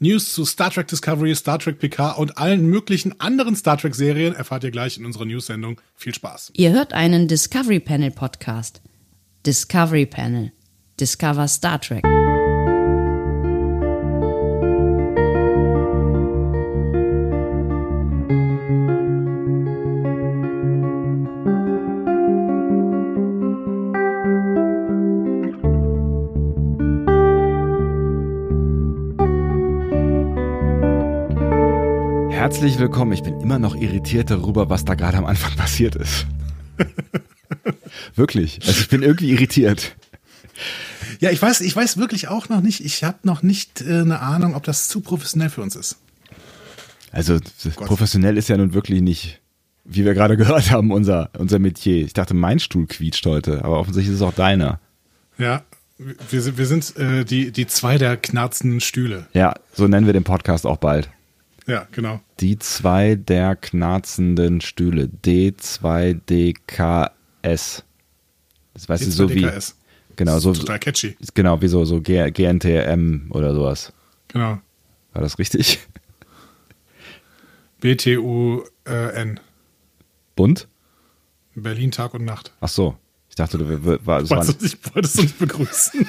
News zu Star Trek Discovery, Star Trek Picard und allen möglichen anderen Star Trek Serien erfahrt ihr gleich in unserer News-Sendung. Viel Spaß. Ihr hört einen Discovery Panel Podcast. Discovery Panel. Discover Star Trek. Herzlich willkommen. Ich bin immer noch irritiert darüber, was da gerade am Anfang passiert ist. Wirklich. Also ich bin irgendwie irritiert. Ja, ich weiß wirklich auch noch nicht, ich habe noch nicht eine Ahnung, ob das zu professionell für uns ist. Also professionell ist ja nun wirklich nicht, wie wir gerade gehört haben, unser Metier. Ich dachte, mein Stuhl quietscht heute, aber offensichtlich ist es auch deiner. Ja, wir sind die zwei der knarzenden Stühle. Ja, so nennen wir den Podcast auch bald. Ja, genau. Die zwei der knarzenden Stühle. D2DKS. Das weißt du, so wie. Genau, so. Total catchy. Genau, wie so GNTM oder sowas. Genau. War das richtig? BTUN. Bunt? Berlin Tag und Nacht. Ach so. Ich dachte, wolltest du nicht begrüßen?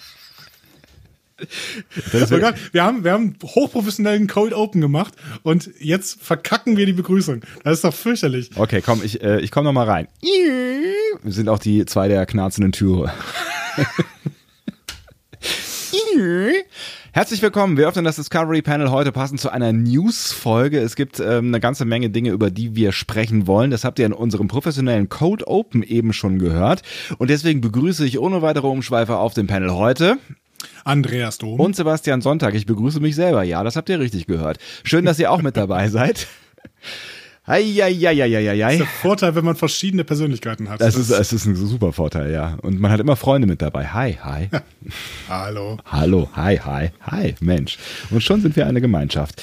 Wir haben hochprofessionellen Cold Open gemacht und jetzt verkacken wir die Begrüßung. Das ist doch fürchterlich. Okay, komm, ich komme noch mal rein. Wir sind auch die zwei der knarzenden Türe. Herzlich willkommen. Wir öffnen das Discovery Panel heute passend zu einer News-Folge. Es gibt eine ganze Menge Dinge, über die wir sprechen wollen. Das habt ihr in unserem professionellen Code Open eben schon gehört. Und deswegen begrüße ich ohne weitere Umschweife auf dem Panel heute Andreas Dom und Sebastian Sonntag. Ich begrüße mich selber. Ja, das habt ihr richtig gehört. Schön, dass ihr auch mit dabei seid. Das ist der Vorteil, wenn man verschiedene Persönlichkeiten hat. Es ist ein super Vorteil, ja. Und man hat immer Freunde mit dabei. Hi. Ja. Hallo. Hallo, hi, Mensch. Und schon sind wir eine Gemeinschaft.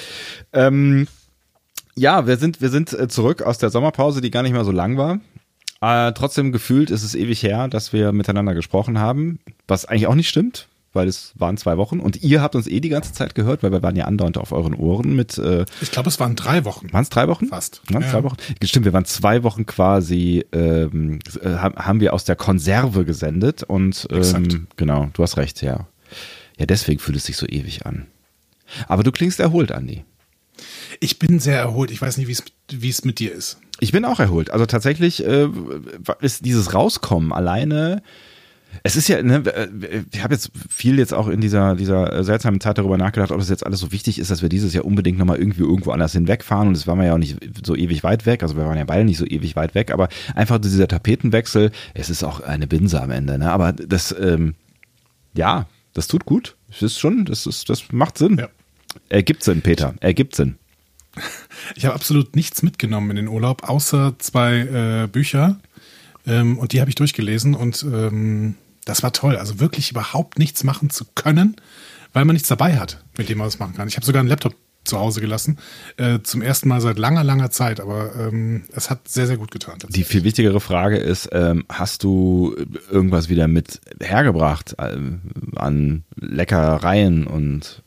Ja, wir sind zurück aus der Sommerpause, die gar nicht mehr so lang war. Trotzdem gefühlt ist es ewig her, dass wir miteinander gesprochen haben, was eigentlich auch nicht stimmt. Weil es waren 2 Wochen und ihr habt uns die ganze Zeit gehört, weil wir waren ja andauernd auf euren Ohren mit. Ich glaube, es waren 3 Wochen. Waren es 3 Wochen? Fast. Waren es 3 Wochen? Stimmt, wir waren 2 Wochen quasi, haben wir aus der Konserve gesendet und genau, du hast recht, ja. Ja, deswegen fühlt es sich so ewig an. Aber du klingst erholt, Andi. Ich bin sehr erholt. Ich weiß nicht, wie es mit dir ist. Ich bin auch erholt. Also tatsächlich ist dieses Rauskommen alleine. Es ist ja, ne, ich habe jetzt viel auch in dieser seltsamen Zeit darüber nachgedacht, ob das jetzt alles so wichtig ist, dass wir dieses Jahr unbedingt nochmal irgendwo anders hinwegfahren, und es waren wir ja auch nicht so ewig weit weg, also wir waren ja beide nicht so ewig weit weg, aber einfach dieser Tapetenwechsel, es ist auch eine Binse am Ende, ne, aber das, ja, das tut gut, es ist schon, das macht Sinn. Ja. Ergibt Sinn, Peter, ergibt Sinn. Ich habe absolut nichts mitgenommen in den Urlaub, außer 2 Bücher, und die habe ich durchgelesen und das war toll, also wirklich überhaupt nichts machen zu können, weil man nichts dabei hat, mit dem man das machen kann. Ich habe sogar einen Laptop zu Hause gelassen, zum ersten Mal seit langer Zeit, aber es hat sehr, sehr gut getan. Die viel wichtigere Frage ist, hast du irgendwas wieder mit hergebracht an Leckereien und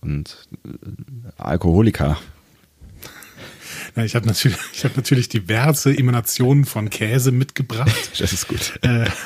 Alkoholika? Ja, ich habe natürlich diverse Emanationen von Käse mitgebracht. Das ist gut.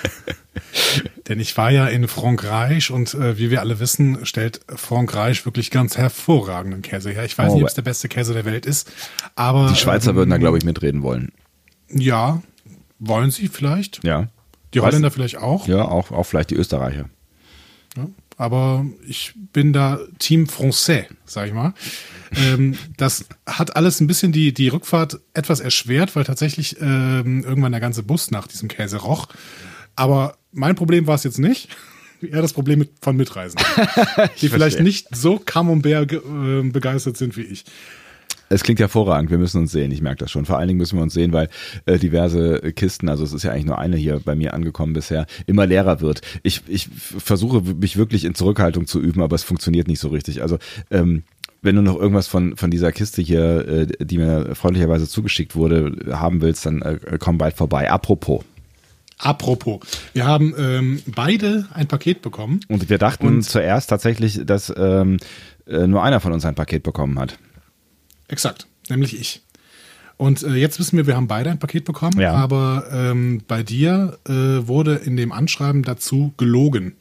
Denn ich war ja in Frankreich und wie wir alle wissen, stellt Frankreich wirklich ganz hervorragenden Käse her. Ich weiß nicht, ob es der beste Käse der Welt ist, aber... Die Schweizer würden da, glaube ich, mitreden wollen. Ja, wollen sie vielleicht. Ja. Die Holländer vielleicht auch. Ja, auch vielleicht die Österreicher. Ja, aber ich bin da Team Français, sag ich mal. Das hat alles ein bisschen die Rückfahrt etwas erschwert, weil tatsächlich irgendwann der ganze Bus nach diesem Käse roch. Aber mein Problem war es jetzt nicht. Eher das Problem von Mitreisenden, die vielleicht nicht so Camembert begeistert sind wie ich. Es klingt hervorragend, wir müssen uns sehen, ich merke das schon. Vor allen Dingen müssen wir uns sehen, weil diverse Kisten, also es ist ja eigentlich nur eine hier bei mir angekommen bisher, immer leerer wird. Ich versuche mich wirklich in Zurückhaltung zu üben, aber es funktioniert nicht so richtig. Also wenn du noch irgendwas von dieser Kiste hier, die mir freundlicherweise zugeschickt wurde, haben willst, dann komm bald vorbei. Apropos, Apropos, wir haben beide ein Paket bekommen. Und wir dachten zuerst tatsächlich, dass nur einer von uns ein Paket bekommen hat. Exakt, nämlich ich. Und jetzt wissen wir haben beide ein Paket bekommen, Ja. aber bei dir wurde in dem Anschreiben dazu gelogen.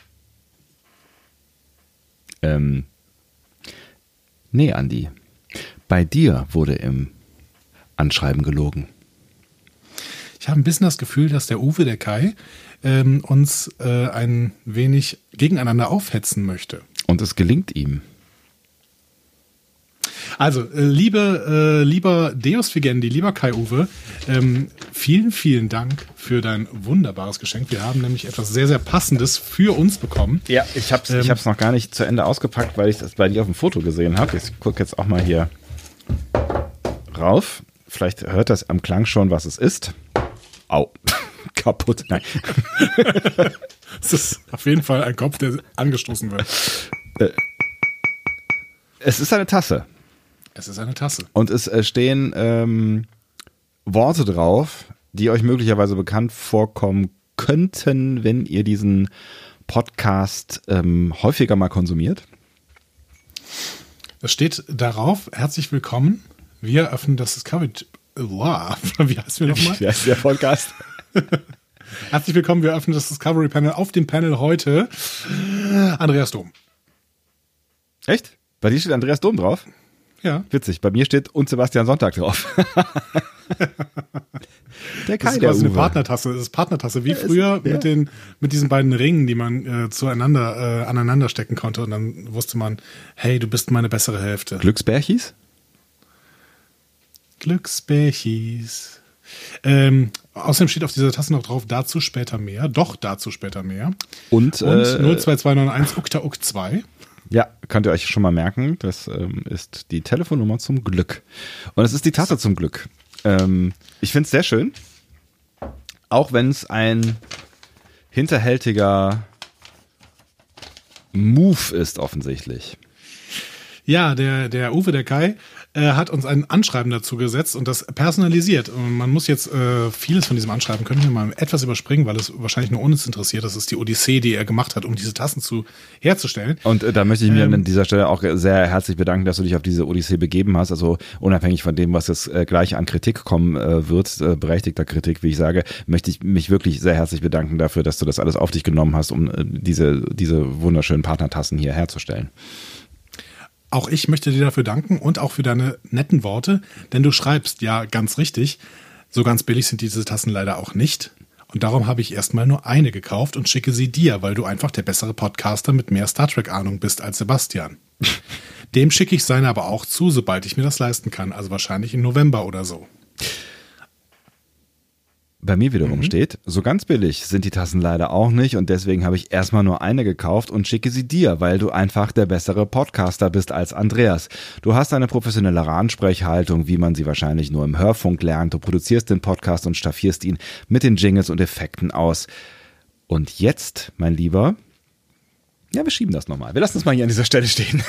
Nee, Andi. Bei dir wurde im Anschreiben gelogen. Ich habe ein bisschen das Gefühl, dass der Uwe, der Kai, uns ein wenig gegeneinander aufhetzen möchte. Und es gelingt ihm. Also, lieber Deus Vigendi, lieber Kai-Uwe, vielen, vielen Dank für dein wunderbares Geschenk. Wir haben nämlich etwas sehr, sehr Passendes für uns bekommen. Ja, ich hab's noch gar nicht zu Ende ausgepackt, weil ich das bei dir auf dem Foto gesehen habe. Ich gucke jetzt auch mal hier rauf. Vielleicht hört das am Klang schon, was es ist. Au. Kaputt. Nein. Es ist auf jeden Fall ein Kopf, der angestoßen wird. Es ist eine Tasse. Es ist eine Tasse. Und es stehen Worte drauf, die euch möglicherweise bekannt vorkommen könnten, wenn ihr diesen Podcast häufiger mal konsumiert. Es steht darauf, herzlich willkommen. Wir öffnen das Discovery. Wow. Wie heißt wir nochmal? Wie heißt der Podcast? Herzlich willkommen, wir öffnen das Discovery Panel. Auf dem Panel heute Andreas Dom. Echt? Bei dir steht Andreas Dom drauf? Ja. Witzig, bei mir steht und Sebastian Sonntag drauf. Der Kai, Das ist der quasi eine Uwe. Partnertasse. Das ist Partnertasse, wie früher mit diesen beiden Ringen, die man zueinander aneinander stecken konnte. Und dann wusste man, hey, du bist meine bessere Hälfte. Glücksbärchis? Glücksbärchis. Außerdem steht auf dieser Tasse noch drauf, dazu später mehr. Doch, dazu später mehr. Und 02291 Ukta Uk 2. ja, könnt ihr euch schon mal merken, das ist die Telefonnummer zum Glück. Und es ist die Tasse zum Glück. Ich finde es sehr schön, auch wenn es ein hinterhältiger Move ist offensichtlich. Ja, der Uwe, der Kai, hat uns ein Anschreiben dazu gesetzt und das personalisiert. Und man muss jetzt vieles von diesem Anschreiben, können wir mal etwas überspringen, weil es wahrscheinlich nur uns interessiert. Das ist die Odyssee, die er gemacht hat, um diese Tassen herzustellen. Und da möchte ich mir an dieser Stelle auch sehr herzlich bedanken, dass du dich auf diese Odyssee begeben hast. Also unabhängig von dem, was jetzt gleich an Kritik kommen wird, berechtigter Kritik, wie ich sage, möchte ich mich wirklich sehr herzlich bedanken dafür, dass du das alles auf dich genommen hast, um diese wunderschönen Partnertassen hier herzustellen. Auch ich möchte dir dafür danken und auch für deine netten Worte, denn du schreibst, ja, ganz richtig, so ganz billig sind diese Tassen leider auch nicht. Und darum habe ich erstmal nur eine gekauft und schicke sie dir, weil du einfach der bessere Podcaster mit mehr Star Trek-Ahnung bist als Sebastian. Dem schicke ich seine aber auch zu, sobald ich mir das leisten kann, also wahrscheinlich im November oder so. Bei mir wiederum steht, so ganz billig sind die Tassen leider auch nicht und deswegen habe ich erstmal nur eine gekauft und schicke sie dir, weil du einfach der bessere Podcaster bist als Andreas. Du hast eine professionellere Ansprechhaltung, wie man sie wahrscheinlich nur im Hörfunk lernt. Du produzierst den Podcast und staffierst ihn mit den Jingles und Effekten aus. Und jetzt, mein Lieber, ja, wir schieben das nochmal. Wir lassen es mal hier an dieser Stelle stehen.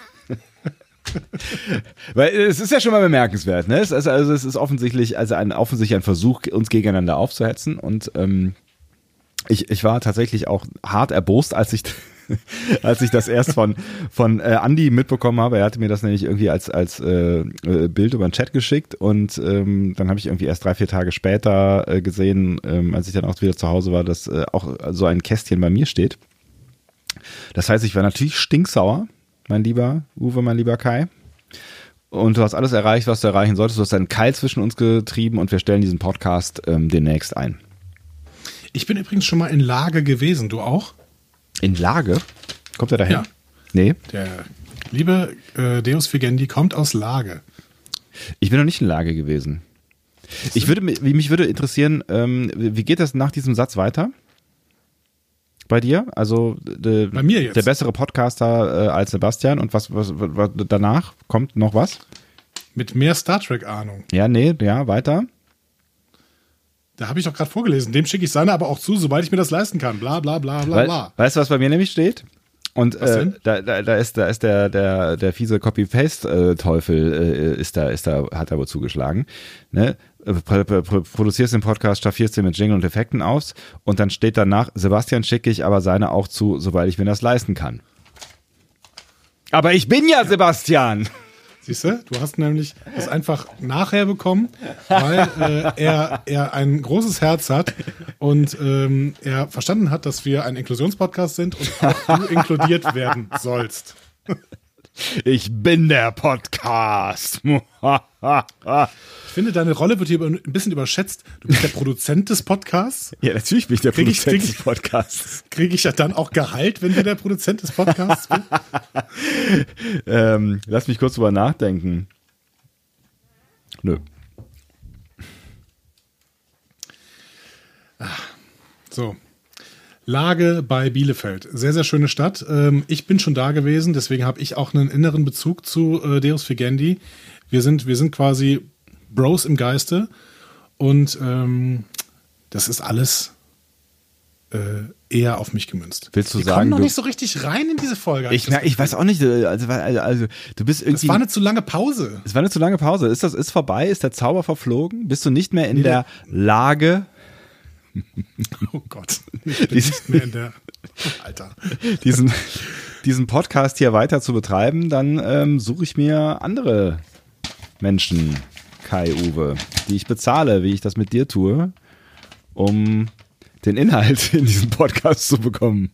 Weil es ist ja schon mal bemerkenswert, ne? Es ist offensichtlich, ein Versuch, uns gegeneinander aufzuhetzen. Und ich war tatsächlich auch hart erbost, als ich das erst von Andi mitbekommen habe. Er hatte mir das nämlich irgendwie als Bild über den Chat geschickt und dann habe ich irgendwie erst 3-4 Tage später gesehen, als ich dann auch wieder zu Hause war, dass auch so ein Kästchen bei mir steht. Das heißt, ich war natürlich stinksauer. Mein lieber Uwe, mein lieber Kai. Und du hast alles erreicht, was du erreichen solltest. Du hast einen Keil zwischen uns getrieben und wir stellen diesen Podcast demnächst ein. Ich bin übrigens schon mal in Lage gewesen. Du auch? In Lage? Kommt er dahin? Ja. Nee. Der liebe Deus Vigendi kommt aus Lage. Ich bin noch nicht in Lage gewesen. Mich würde interessieren, wie geht das nach diesem Satz weiter? Bei dir? Also bei mir jetzt. Der bessere Podcaster als Sebastian und was danach? Kommt noch was? Mit mehr Star Trek-Ahnung. Ja, weiter. Da habe ich doch gerade vorgelesen. Dem schicke ich seine aber auch zu, sobald ich mir das leisten kann. Bla bla bla bla bla. Weißt du, was bei mir nämlich steht? Und da ist der fiese Copy-Paste-Teufel hat da wohl zugeschlagen. Ne? Produzierst den Podcast, staffierst den mit Jingle und Effekten aus und dann steht danach, Sebastian schicke ich aber seine auch zu, sobald ich mir das leisten kann. Aber ich bin ja Sebastian! Siehst du, du hast nämlich das einfach nachher bekommen, weil er ein großes Herz hat und er verstanden hat, dass wir ein Inklusionspodcast sind und auch du inkludiert werden sollst. Ich bin der Podcast. Ich finde, deine Rolle wird hier ein bisschen überschätzt. Du bist der Produzent des Podcasts. Ja, natürlich bin ich der Produzent des Podcasts. Kriege ich ja dann auch Gehalt, wenn du der Produzent des Podcasts bist? Lass mich kurz drüber nachdenken. Nö. So. Lage bei Bielefeld. Sehr, sehr schöne Stadt. Ich bin schon da gewesen, deswegen habe ich auch einen inneren Bezug zu Deus Vigendi. Wir sind quasi Bros im Geiste und das ist alles eher auf mich gemünzt. Willst du Wir sagen, kommen noch nicht so richtig rein in diese Folge. Ich weiß auch nicht, also du bist irgendwie... Es war eine zu lange Pause. Es war eine zu lange Pause. Ist vorbei? Ist der Zauber verflogen? Bist du nicht mehr in der Lage... Oh Gott. Ich bin nicht mehr in der... Alter. Diesen Podcast hier weiter zu betreiben, dann suche ich mir andere Menschen, Kai-Uwe, die ich bezahle, wie ich das mit dir tue, um den Inhalt in diesem Podcast zu bekommen.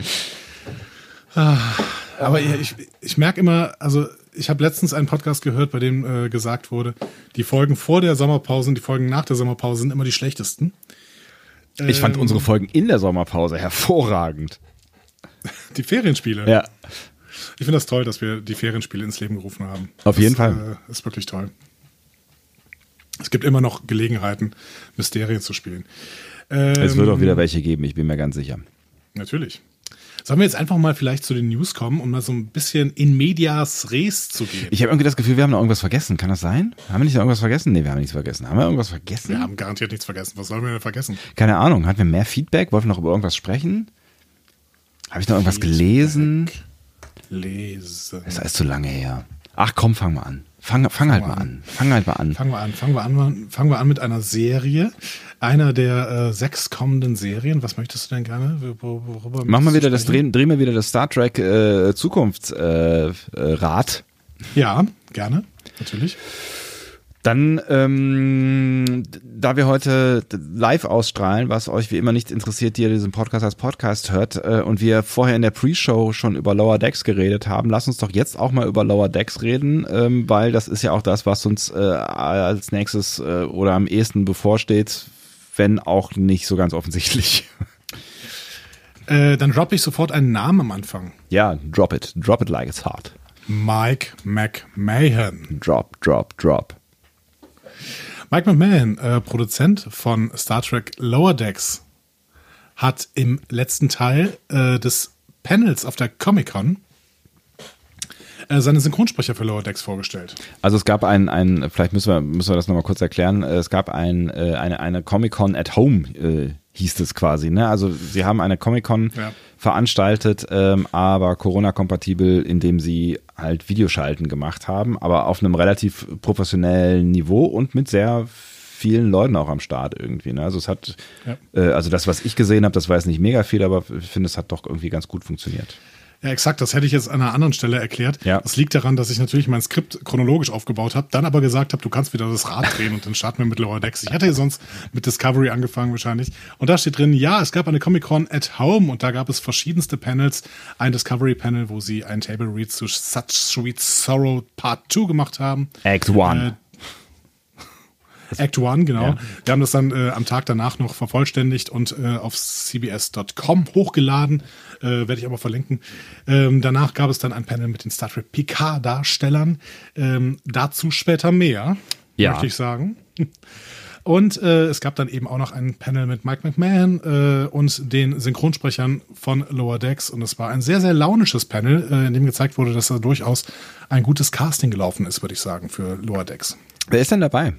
Aber ich merke immer, also ich habe letztens einen Podcast gehört, bei dem gesagt wurde, die Folgen vor der Sommerpause und die Folgen nach der Sommerpause sind immer die schlechtesten. Ich fand unsere Folgen in der Sommerpause hervorragend. Die Ferienspiele? Ja. Ich finde das toll, dass wir die Ferienspiele ins Leben gerufen haben. Auf jeden Fall. Ist wirklich toll. Es gibt immer noch Gelegenheiten, Mysterien zu spielen. Es wird auch wieder welche geben, ich bin mir ganz sicher. Natürlich. Sollen wir jetzt einfach mal vielleicht zu den News kommen und mal so ein bisschen in medias res zu gehen? Ich habe irgendwie das Gefühl, wir haben noch irgendwas vergessen. Kann das sein? Haben wir nicht noch irgendwas vergessen? Nee, wir haben nichts vergessen. Haben wir irgendwas vergessen? Wir haben garantiert nichts vergessen. Was sollen wir denn vergessen? Keine Ahnung. Hatten wir mehr Feedback? Wollten wir noch über irgendwas sprechen? Habe ich noch irgendwas gelesen? Lesen. Das ist alles zu lange her. Ach komm, fang mal an. Fang halt mal an. Fangen wir an mit einer Serie. Einer der 6 kommenden Serien. Was möchtest du denn gerne? Machen wir wieder drehen wir wieder das Star Trek Zukunftsrad. Ja, gerne. Natürlich. Dann, da wir heute live ausstrahlen, was euch wie immer nicht interessiert, die ihr diesen Podcast als Podcast hört, und wir vorher in der Pre-Show schon über Lower Decks geredet haben, lasst uns doch jetzt auch mal über Lower Decks reden, weil das ist ja auch das, was uns als nächstes oder am ehesten bevorsteht, wenn auch nicht so ganz offensichtlich. Dann droppe ich sofort einen Namen am Anfang. Ja, drop it like it's hot. Mike McMahon. Drop. Mike McMahon, Produzent von Star Trek Lower Decks, hat im letzten Teil des Panels auf der Comic-Con seine Synchronsprecher für Lower Decks vorgestellt. Also es gab vielleicht müssen wir das nochmal kurz erklären, es gab eine Comic-Con at Home, hieß es quasi, ne? Also sie haben eine Comic-Con veranstaltet, aber Corona-kompatibel, indem sie halt Videoschalten gemacht haben, aber auf einem relativ professionellen Niveau und mit sehr vielen Leuten auch am Start irgendwie, ne? Also es hat, also das, was ich gesehen habe, das war jetzt nicht mega viel, aber ich finde, es hat doch irgendwie ganz gut funktioniert. Ja, exakt. Das hätte ich jetzt an einer anderen Stelle erklärt. Ja. Das liegt daran, dass ich natürlich mein Skript chronologisch aufgebaut habe, dann aber gesagt habe, du kannst wieder das Rad drehen und dann starten wir mit Lower Decks. Ich hätte ja sonst mit Discovery angefangen wahrscheinlich. Und da steht drin, ja, es gab eine Comic-Con at Home und da gab es verschiedenste Panels. Ein Discovery-Panel, wo sie ein Table Read zu Such Sweet Sorrow Part 2 gemacht haben. Act 1. Act 1, genau. Ja. Wir haben das dann am Tag danach noch vervollständigt und auf cbs.com hochgeladen. Werde ich aber verlinken. Danach gab es dann ein Panel mit den Star Trek PK-Darstellern. Dazu später mehr, möchte ich sagen. Und es gab dann eben auch noch ein Panel mit Mike McMahon und den Synchronsprechern von Lower Decks. Und es war ein sehr, sehr launisches Panel, in dem gezeigt wurde, dass da durchaus ein gutes Casting gelaufen ist, würde ich sagen, für Lower Decks. Wer ist denn dabei?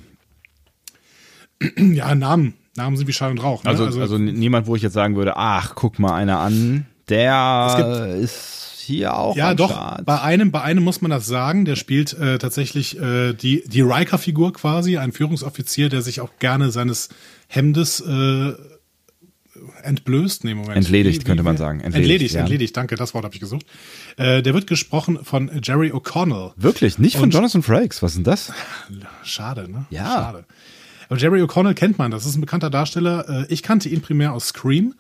Ja, Namen sind wie Schall und Rauch. Ne? Also niemand, wo ich jetzt sagen würde, ach, guck mal einer an, der ist hier auch Ja, am doch, Start. bei einem muss man das sagen, der spielt tatsächlich die Riker-Figur quasi, ein Führungsoffizier, der sich auch gerne seines Hemdes entblößt. Nee, Moment. Entledigt, könnte man sagen. Entledigt, danke, das Wort habe ich gesucht. Der wird gesprochen von Jerry O'Connell. Wirklich? Nicht von Jonathan Frakes? Was ist denn das? Schade, ne? Ja. Schade. Aber Jerry O'Connell kennt man, das ist ein bekannter Darsteller. Ich kannte ihn primär aus Scream.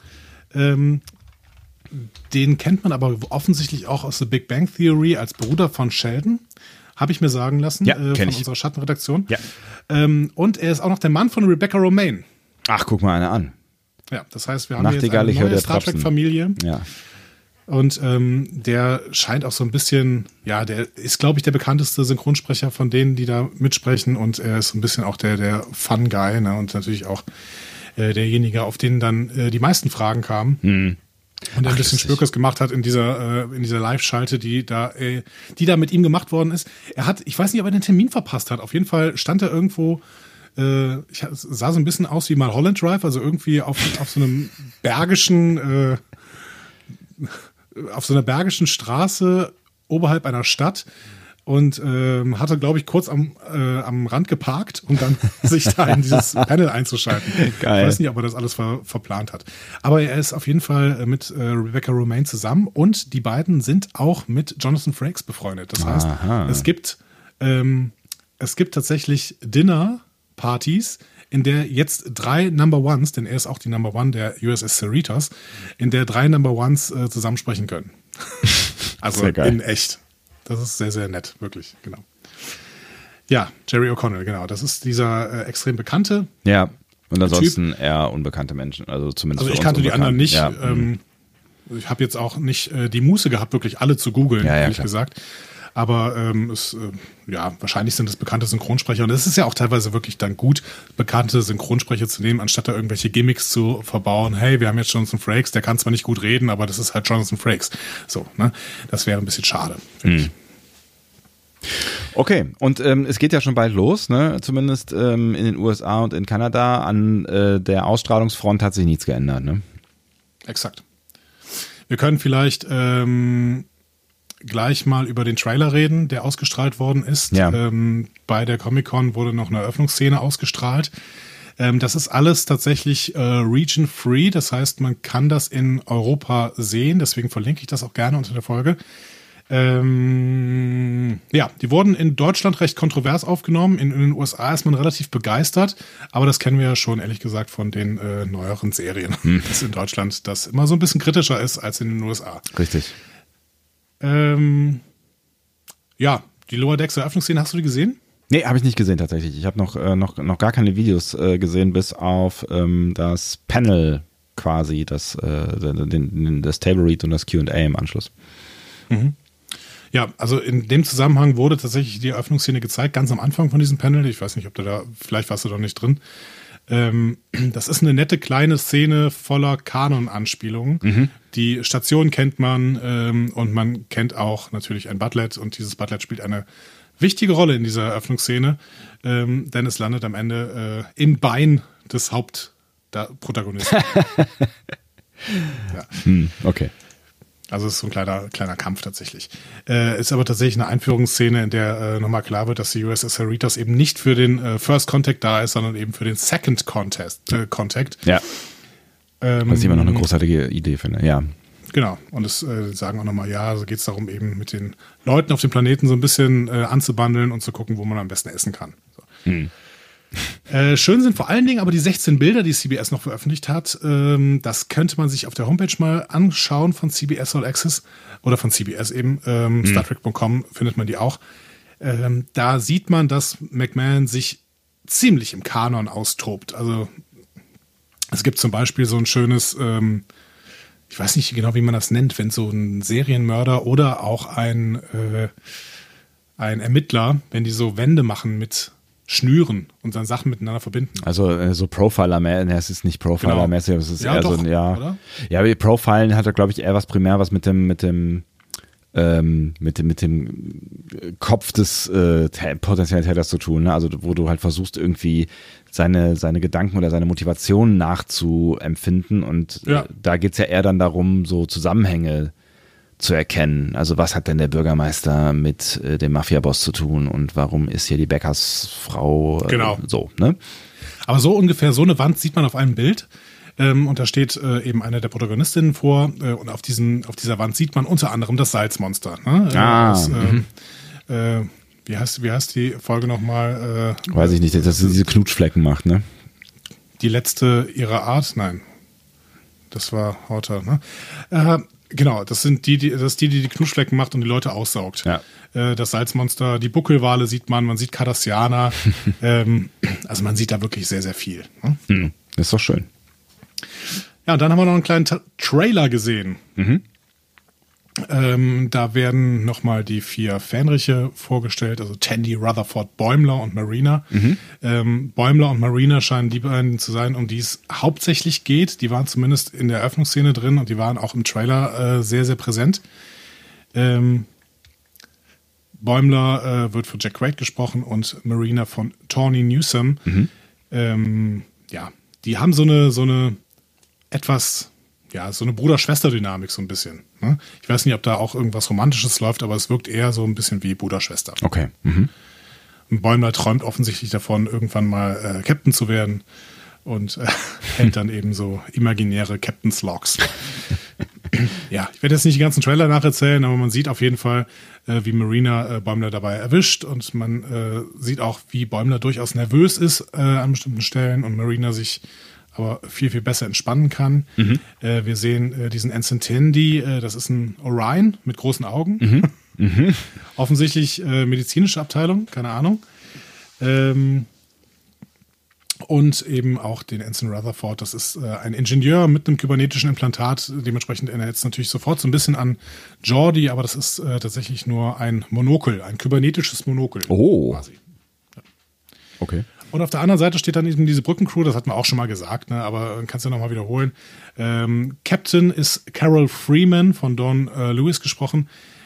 Den kennt man aber offensichtlich auch aus The Big Bang Theory als Bruder von Sheldon. Habe ich mir sagen lassen, von unserer Schattenredaktion. Ja. Und er ist auch noch der Mann von Rebecca Romaine. Ach, guck mal einer an. Ja, das heißt, wir haben Nachtigall, jetzt ich höre eine neue der Star Trek-Familie. Ja. Und der scheint auch so ein bisschen, ja, der ist, glaube ich, der bekannteste Synchronsprecher von denen, die da mitsprechen. Und er ist so ein bisschen auch der Fun-Guy, ne? Und natürlich auch derjenige, auf den dann die meisten Fragen kamen. Und der ein bisschen Spürkes gemacht hat in dieser Live-Schalte, die da mit ihm gemacht worden ist. Ich weiß nicht, ob er den Termin verpasst hat. Auf jeden Fall stand er irgendwo, es sah so ein bisschen aus wie mal Holland Drive, also irgendwie auf so einem bergischen, auf so einer bergischen Straße oberhalb einer Stadt und hatte, glaube ich, kurz am Rand geparkt, um dann sich da in dieses Panel einzuschalten. Geil. Ich weiß nicht, ob er das alles verplant hat. Aber er ist auf jeden Fall mit Rebecca Romaine zusammen und die beiden sind auch mit Jonathan Frakes befreundet. Das heißt, es gibt tatsächlich Dinner-Partys, in der jetzt 3 Number Ones, denn er ist auch die Number One der USS Cerritos, in der 3 Number Ones zusammensprechen können. Also in echt. Das ist sehr, sehr nett, wirklich, genau. Ja, Jerry O'Connell, genau. Das ist dieser extrem bekannte. Ja, und ansonsten eher unbekannte Menschen, also zumindest. Also ich kannte die anderen nicht. Ja. Ich habe jetzt auch nicht die Muße gehabt, wirklich alle zu googeln, ehrlich gesagt. Aber wahrscheinlich sind es bekannte Synchronsprecher. Und es ist ja auch teilweise wirklich dann gut, bekannte Synchronsprecher zu nehmen, anstatt da irgendwelche Gimmicks zu verbauen. Hey, wir haben jetzt Jonathan Frakes, der kann zwar nicht gut reden, aber das ist halt Jonathan Frakes. So, ne? Das wäre ein bisschen schade, finde ich. Okay, und es geht ja schon bald los, ne? Zumindest in den USA und in Kanada. An der Ausstrahlungsfront hat sich nichts geändert, ne? Exakt. Wir können vielleicht gleich mal über den Trailer reden, der ausgestrahlt worden ist. Ja. Bei der Comic-Con wurde noch eine Eröffnungsszene ausgestrahlt. Das ist alles tatsächlich region-free, das heißt, man kann das in Europa sehen, deswegen verlinke ich das auch gerne unter der Folge. Die wurden in Deutschland recht kontrovers aufgenommen, in den USA ist man relativ begeistert, aber das kennen wir ja schon, ehrlich gesagt, von den neueren Serien, dass in Deutschland das immer so ein bisschen kritischer ist als in den USA. Richtig. Die Lower Decks Eröffnungsszene, hast du die gesehen? Nee, habe ich nicht gesehen tatsächlich. Ich habe noch gar keine Videos gesehen, bis auf das Panel quasi, das Table Read und das Q&A im Anschluss. Mhm. Ja, also in dem Zusammenhang wurde tatsächlich die Eröffnungsszene gezeigt, ganz am Anfang von diesem Panel. Ich weiß nicht, vielleicht warst du da nicht drin. Das ist eine nette kleine Szene voller Kanon-Anspielungen. Die Station kennt man und man kennt auch natürlich ein Butlet und dieses Butlet spielt eine wichtige Rolle in dieser Eröffnungsszene, denn es landet am Ende im Bein des Hauptprotagonisten. Okay. Also es ist so ein kleiner Kampf tatsächlich. Ist aber tatsächlich eine Einführungsszene, in der nochmal klar wird, dass die USS Cerritos eben nicht für den First Contact da ist, sondern eben für den Second Contact. Ja. Was ich immer noch eine großartige Idee finde, ja. Genau. Und es sagen auch nochmal, so geht es darum, eben mit den Leuten auf dem Planeten so ein bisschen anzubandeln und zu gucken, wo man am besten essen kann. So. Schön sind vor allen Dingen aber die 16 Bilder, die CBS noch veröffentlicht hat. Das könnte man sich auf der Homepage mal anschauen von CBS All Access oder von CBS eben. StarTrek.com findet man die auch. Da sieht man, dass McMahon sich ziemlich im Kanon austobt. Also es gibt zum Beispiel so ein schönes, ich weiß nicht genau, wie man das nennt, wenn so ein Serienmörder oder auch ein Ermittler, wenn die so Wände machen mit Schnüren und dann Sachen miteinander verbinden. Also so Profiler-mäßig, es ist nicht Profiler-mäßig, aber es ist eher doch, so ein, oder? Ja, aber Profilen hat er, glaube ich, eher was mit dem Kopf des potenziellen Täters zu tun, ne? Also wo du halt versuchst, irgendwie seine Gedanken oder seine Motivation nachzuempfinden und da geht's ja eher dann darum, so Zusammenhänge zu erkennen. Also was hat denn der Bürgermeister mit dem Mafia-Boss zu tun und warum ist hier die Bäckersfrau Genau. So, ne? Aber so ungefähr so eine Wand sieht man auf einem Bild. Und da steht eben eine der Protagonistinnen vor. Und auf dieser Wand sieht man unter anderem das Salzmonster. Ne? Wie heißt die Folge nochmal? Weiß ich nicht, dass sie diese Knutschflecken macht, ne? Die letzte ihrer Art? Nein. Das war Horta, ne? Genau, das ist die Knutschflecken macht und die Leute aussaugt. Ja. Das Salzmonster, die Buckelwale sieht man sieht Cardassianer. Also man sieht da wirklich sehr, sehr viel. Ne? Das ist doch schön. Ja, und dann haben wir noch einen kleinen Trailer gesehen. Da werden nochmal die 4 Fähnriche vorgestellt, also Tandy, Rutherford, Bäumler und Marina. Bäumler und Marina scheinen die beiden zu sein, um die es hauptsächlich geht. Die waren zumindest in der Eröffnungsszene drin und die waren auch im Trailer sehr, sehr präsent. Bäumler wird von Jack Quaid gesprochen und Marina von Tawny Newsome. Die haben so eine etwas, so eine Bruder-Schwester-Dynamik so ein bisschen. Ne? Ich weiß nicht, ob da auch irgendwas Romantisches läuft, aber es wirkt eher so ein bisschen wie Bruder-Schwester. Okay. Und Bäumler träumt offensichtlich davon, irgendwann mal Captain zu werden und hält dann eben so imaginäre Captain's Logs. Ja, ich werde jetzt nicht den ganzen Trailer nacherzählen, aber man sieht auf jeden Fall, wie Marina Bäumler dabei erwischt und man sieht auch, wie Bäumler durchaus nervös ist an bestimmten Stellen und Marina sich aber viel, viel besser entspannen kann. Wir sehen diesen Ensign Tandy, das ist ein Orion mit großen Augen. Offensichtlich medizinische Abteilung, keine Ahnung. Und eben auch den Ensign Rutherford, das ist ein Ingenieur mit einem kybernetischen Implantat. Dementsprechend erinnert es natürlich sofort so ein bisschen an Geordi, aber das ist tatsächlich nur ein Monokel, ein kybernetisches Monokel. Oh. Quasi. Ja. Okay. Und auf der anderen Seite steht dann eben diese Brückencrew, das hatten wir auch schon mal gesagt, ne, aber kannst du ja nochmal wiederholen. Captain ist Carol Freeman, von Dawn Lewis gesprochen.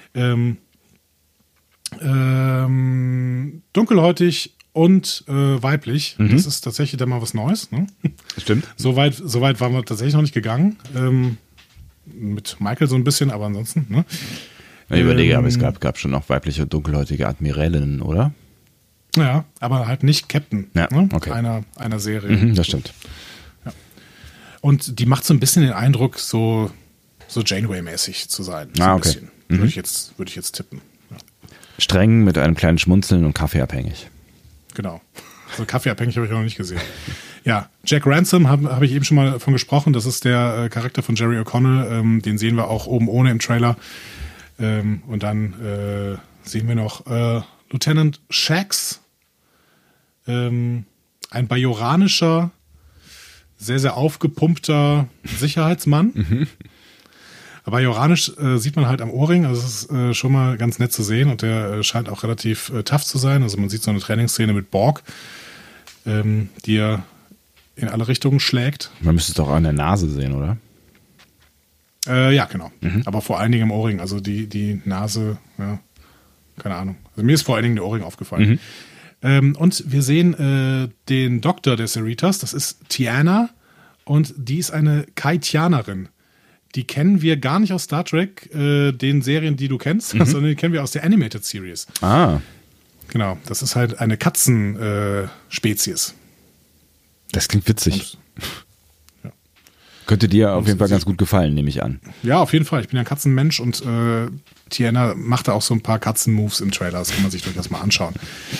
Dunkelhäutig und weiblich. Das ist tatsächlich dann mal was Neues. Ne? Stimmt. So weit waren wir tatsächlich noch nicht gegangen. Mit Michael so ein bisschen, aber ansonsten. Ne? Ich überlege, aber es gab schon noch weibliche dunkelhäutige Admirälinnen, oder? Ja, aber halt nicht Captain, ja, ne? Okay. Einer Serie. Das stimmt. Ja. Und die macht so ein bisschen den Eindruck, so Janeway-mäßig zu sein. So ein okay. bisschen. Würde ich jetzt tippen. Ja. Streng mit einem kleinen Schmunzeln und kaffeeabhängig. Genau. So kaffeeabhängig habe ich noch nicht gesehen. Ja, Jack Ransom hab ich eben schon mal davon gesprochen. Das ist der Charakter von Jerry O'Connell. Den sehen wir auch oben ohne im Trailer. Und dann sehen wir noch Lieutenant Shax. Ein bajoranischer, sehr, sehr aufgepumpter Sicherheitsmann. Aber bajoranisch sieht man halt am Ohrring, also es ist schon mal ganz nett zu sehen und der scheint auch relativ tough zu sein. Also man sieht so eine Trainingsszene mit Borg, die er in alle Richtungen schlägt. Man müsste es doch an der Nase sehen, oder? Ja, genau. Aber vor allen Dingen im Ohrring, also die Nase, ja, keine Ahnung. Also mir ist vor allen Dingen der Ohrring aufgefallen. Und wir sehen den Doktor der Cerritos, das ist Tiana und die ist eine Kaitianerin. Die kennen wir gar nicht aus Star Trek, den Serien, die du kennst, sondern die kennen wir aus der Animated Series. Ah. Genau, das ist halt eine Katzenspezies. Das klingt witzig. Ja. Könnte dir auf jeden Fall ganz gut gefallen, nehme ich an. Ja, auf jeden Fall. Ich bin ja ein Katzenmensch und Tiana macht da auch so ein paar Katzenmoves im Trailer. Das kann man sich durchaus mal anschauen.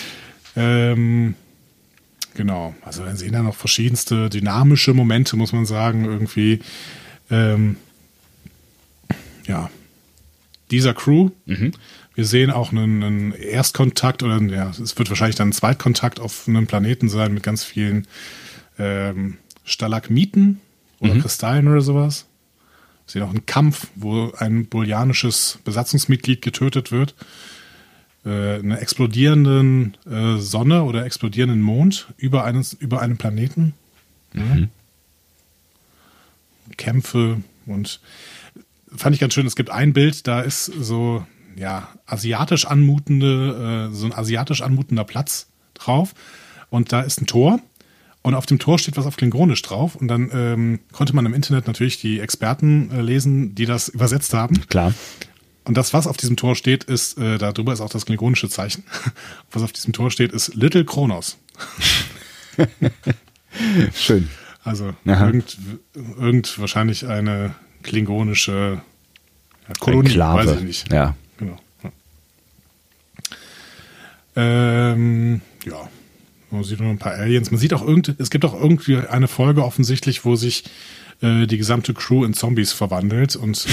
Genau, also wir sehen da noch verschiedenste dynamische Momente, muss man sagen, irgendwie. Ja, dieser Crew. Wir sehen auch einen Erstkontakt oder es wird wahrscheinlich dann ein Zweitkontakt auf einem Planeten sein mit ganz vielen Stalagmiten oder Kristallen oder sowas. Wir sehen auch einen Kampf, wo ein bolianisches Besatzungsmitglied getötet wird. Eine explodierenden Sonne oder explodierenden Mond über einem Planeten. Kämpfe und fand ich ganz schön, es gibt ein Bild, da ist so asiatisch anmutender Platz drauf und da ist ein Tor und auf dem Tor steht was auf Klingonisch drauf und dann konnte man im Internet natürlich die Experten lesen, die das übersetzt haben. Klar. Und das, was auf diesem Tor steht, ist, darüber ist auch das klingonische Zeichen. Was auf diesem Tor steht, ist Little Kronos. Schön. Also wahrscheinlich eine klingonische Kolonie, Enklave. weiß ich nicht. Ja. Genau. Ja. Man sieht noch ein paar Aliens. Man sieht auch es gibt auch irgendwie eine Folge offensichtlich, wo sich die gesamte Crew in Zombies verwandelt und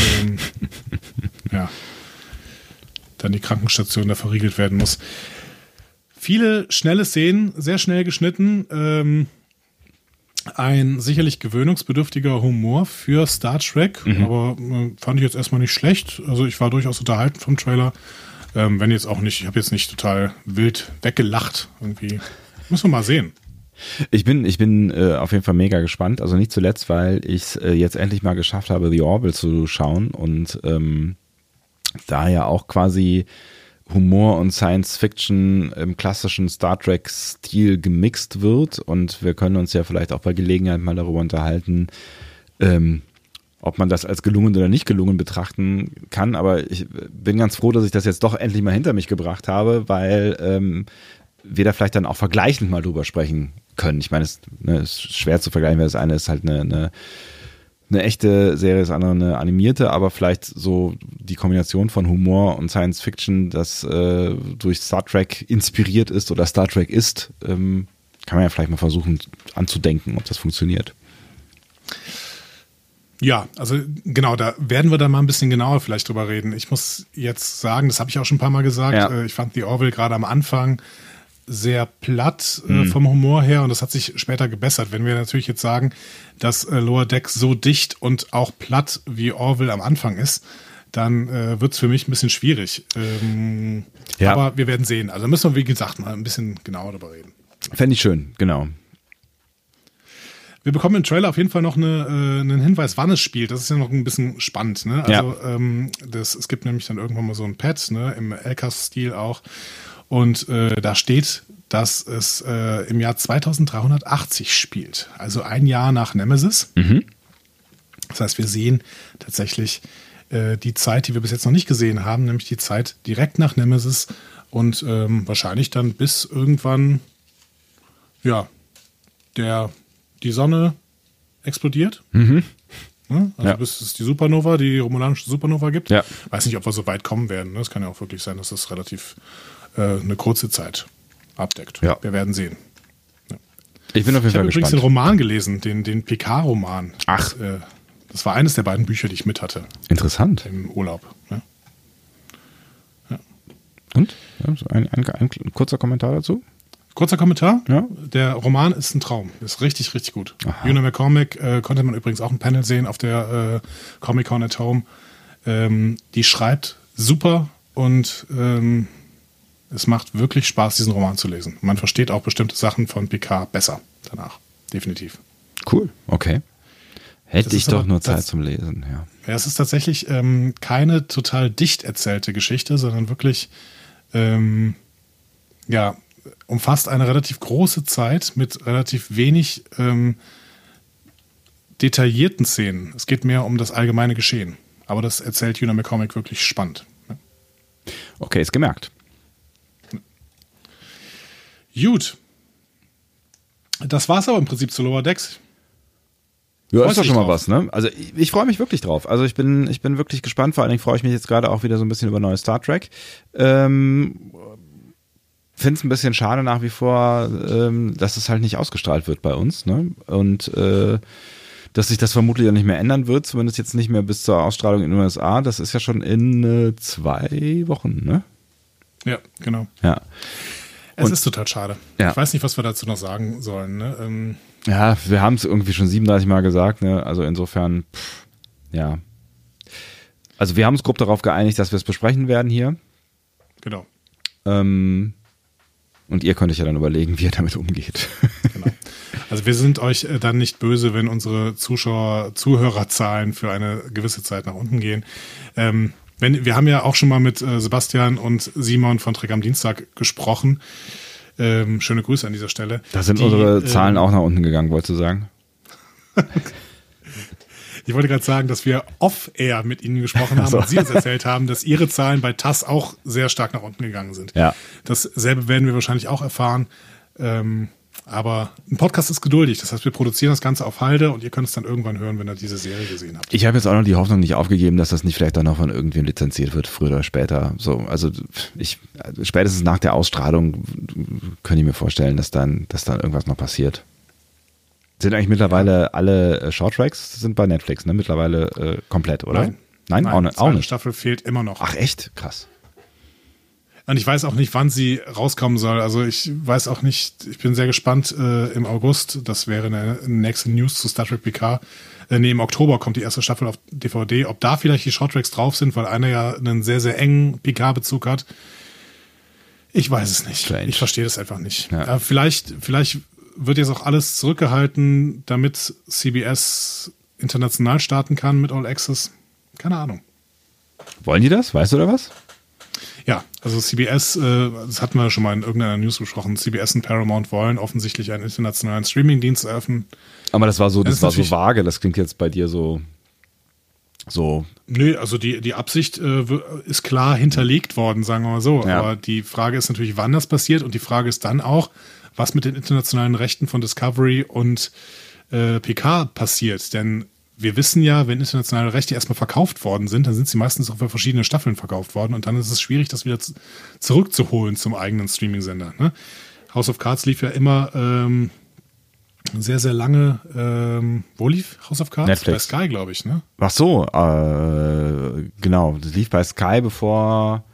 dann die Krankenstation da verriegelt werden muss. Viele schnelle Szenen, sehr schnell geschnitten. Ein sicherlich gewöhnungsbedürftiger Humor für Star Trek, aber fand ich jetzt erstmal nicht schlecht. Also ich war durchaus unterhalten vom Trailer. Wenn jetzt auch nicht, ich habe jetzt nicht total wild weggelacht irgendwie. Müssen wir mal sehen. Ich bin auf jeden Fall mega gespannt. Also nicht zuletzt, weil ich es jetzt endlich mal geschafft habe, The Orville zu schauen und da ja auch quasi Humor und Science Fiction im klassischen Star Trek-Stil gemixt wird und wir können uns ja vielleicht auch bei Gelegenheit mal darüber unterhalten, ob man das als gelungen oder nicht gelungen betrachten kann, aber ich bin ganz froh, dass ich das jetzt doch endlich mal hinter mich gebracht habe, weil wir da vielleicht dann auch vergleichend mal drüber sprechen können. Ich meine, es ist schwer zu vergleichen, weil das eine ist halt eine echte Serie, das andere eine animierte, aber vielleicht so die Kombination von Humor und Science Fiction, das durch Star Trek inspiriert ist oder Star Trek ist, kann man ja vielleicht mal versuchen anzudenken, ob das funktioniert. Ja, also genau, da werden wir dann mal ein bisschen genauer vielleicht drüber reden. Ich muss jetzt sagen, das habe ich auch schon ein paar Mal gesagt, ich fand The Orville gerade am Anfang sehr platt vom Humor her und das hat sich später gebessert. Wenn wir natürlich jetzt sagen, dass Lower Deck so dicht und auch platt wie Orville am Anfang ist, dann wird es für mich ein bisschen schwierig. Aber wir werden sehen. Also müssen wir, wie gesagt, mal ein bisschen genauer darüber reden. Fände ich schön, genau. Wir bekommen im Trailer auf jeden Fall noch einen Hinweis, wann es spielt. Das ist ja noch ein bisschen spannend. Ne? Also es gibt nämlich dann irgendwann mal so ein Pad, ne, im LCAS-Stil auch. Und da steht, dass es im Jahr 2380 spielt. Also ein Jahr nach Nemesis. Das heißt, wir sehen tatsächlich die Zeit, die wir bis jetzt noch nicht gesehen haben, nämlich die Zeit direkt nach Nemesis und wahrscheinlich dann bis irgendwann, die Sonne explodiert. Also bis es die Supernova, die romulanische Supernova gibt. Ja. Weiß nicht, ob wir so weit kommen werden. Es kann ja auch wirklich sein, dass das relativ eine kurze Zeit abdeckt. Ja. Wir werden sehen. Ja. Ich bin auf jeden Fall gespannt. Ich habe übrigens den Roman gelesen, den Picard-Roman. Ach. Das war eines der beiden Bücher, die ich mit hatte. Interessant. Im Urlaub. Ja. Und? Ein kurzer Kommentar dazu? Kurzer Kommentar. Ja. Der Roman ist ein Traum. Ist richtig, richtig gut. Una McCormack konnte man übrigens auch ein Panel sehen auf der Comic-Con at Home. Die schreibt super und es macht wirklich Spaß, diesen Roman zu lesen. Man versteht auch bestimmte Sachen von Picard besser danach. Definitiv. Cool, okay. Hätte ich doch nur Zeit zum Lesen, ja. Ja, es ist tatsächlich keine total dicht erzählte Geschichte, sondern wirklich umfasst eine relativ große Zeit mit relativ wenig detaillierten Szenen. Es geht mehr um das allgemeine Geschehen. Aber das erzählt Una McCormack wirklich spannend. Okay, ist gemerkt. Gut. Das war's aber im Prinzip zu Lower Decks. Ja, ist doch schon mal was, ne? Also ich freue mich wirklich drauf. Also ich bin wirklich gespannt. Vor allen Dingen freue ich mich jetzt gerade auch wieder so ein bisschen über neue Star Trek. Finde es ein bisschen schade nach wie vor, dass es halt nicht ausgestrahlt wird bei uns, ne? Und dass sich das vermutlich auch nicht mehr ändern wird, zumindest jetzt nicht mehr bis zur Ausstrahlung in den USA. Das ist ja schon in 2 Wochen, ne? Ja, genau. Ja. Es ist total schade. Ja. Ich weiß nicht, was wir dazu noch sagen sollen, ne? Ja, wir haben es irgendwie schon 37 Mal gesagt, ne? Also insofern, ja. Also wir haben uns grob darauf geeinigt, dass wir es besprechen werden hier. Genau. Und ihr könnt euch ja dann überlegen, wie ihr damit umgeht. Genau. Also wir sind euch dann nicht böse, wenn unsere Zuhörerzahlen für eine gewisse Zeit nach unten gehen. Wir haben ja auch schon mal mit Sebastian und Simon von Trek am Dienstag gesprochen. Schöne Grüße an dieser Stelle. Da sind unsere Zahlen auch nach unten gegangen, wolltest du sagen? Ich wollte gerade sagen, dass wir off-air mit Ihnen gesprochen haben und Sie uns erzählt haben, dass Ihre Zahlen bei TAS auch sehr stark nach unten gegangen sind. Ja. Dasselbe werden wir wahrscheinlich auch erfahren. Aber ein Podcast ist geduldig. Das heißt, wir produzieren das Ganze auf Halde und ihr könnt es dann irgendwann hören, wenn ihr diese Serie gesehen habt. Ich habe jetzt auch noch die Hoffnung nicht aufgegeben, dass das nicht vielleicht auch noch von irgendwem lizenziert wird, früher oder später. So, also spätestens nach der Ausstrahlung könnte ich mir vorstellen, dass dann irgendwas noch passiert. Sind eigentlich mittlerweile alle Shorttracks sind bei Netflix, ne? Mittlerweile komplett, oder? Nein, auch nicht. Die Staffel fehlt immer noch. Ach echt? Krass. Und ich weiß auch nicht, wann sie rauskommen soll. Also ich weiß auch nicht, ich bin sehr gespannt im August, das wäre eine nächste News zu Star Trek Picard. Im Oktober kommt die erste Staffel auf DVD. Ob da vielleicht die Shorttracks drauf sind, weil einer ja einen sehr, sehr engen Picard-Bezug hat. Ich weiß es nicht. Strange. Ich verstehe das einfach nicht. Ja. Vielleicht wird jetzt auch alles zurückgehalten, damit CBS international starten kann mit All Access. Keine Ahnung. Wollen die das? Weißt du da was? Ja, also CBS, das hatten wir schon mal in irgendeiner News besprochen, CBS und Paramount wollen offensichtlich einen internationalen Streaming-Dienst eröffnen. Aber das war so vage, das klingt jetzt bei dir so. Nö, also die Absicht ist klar hinterlegt worden, sagen wir mal so. Ja. Aber die Frage ist natürlich, wann das passiert und die Frage ist dann auch, was mit den internationalen Rechten von Discovery und PK passiert. Denn wir wissen ja, wenn internationale Rechte erstmal verkauft worden sind, dann sind sie meistens auch für verschiedene Staffeln verkauft worden und dann ist es schwierig, das wieder zurückzuholen zum eigenen Streaming-Sender. Ne? House of Cards lief ja immer sehr, sehr lange. Wo lief House of Cards? Netflix. Bei Sky, glaube ich, ne? Ach so, genau. Das lief bei Sky noch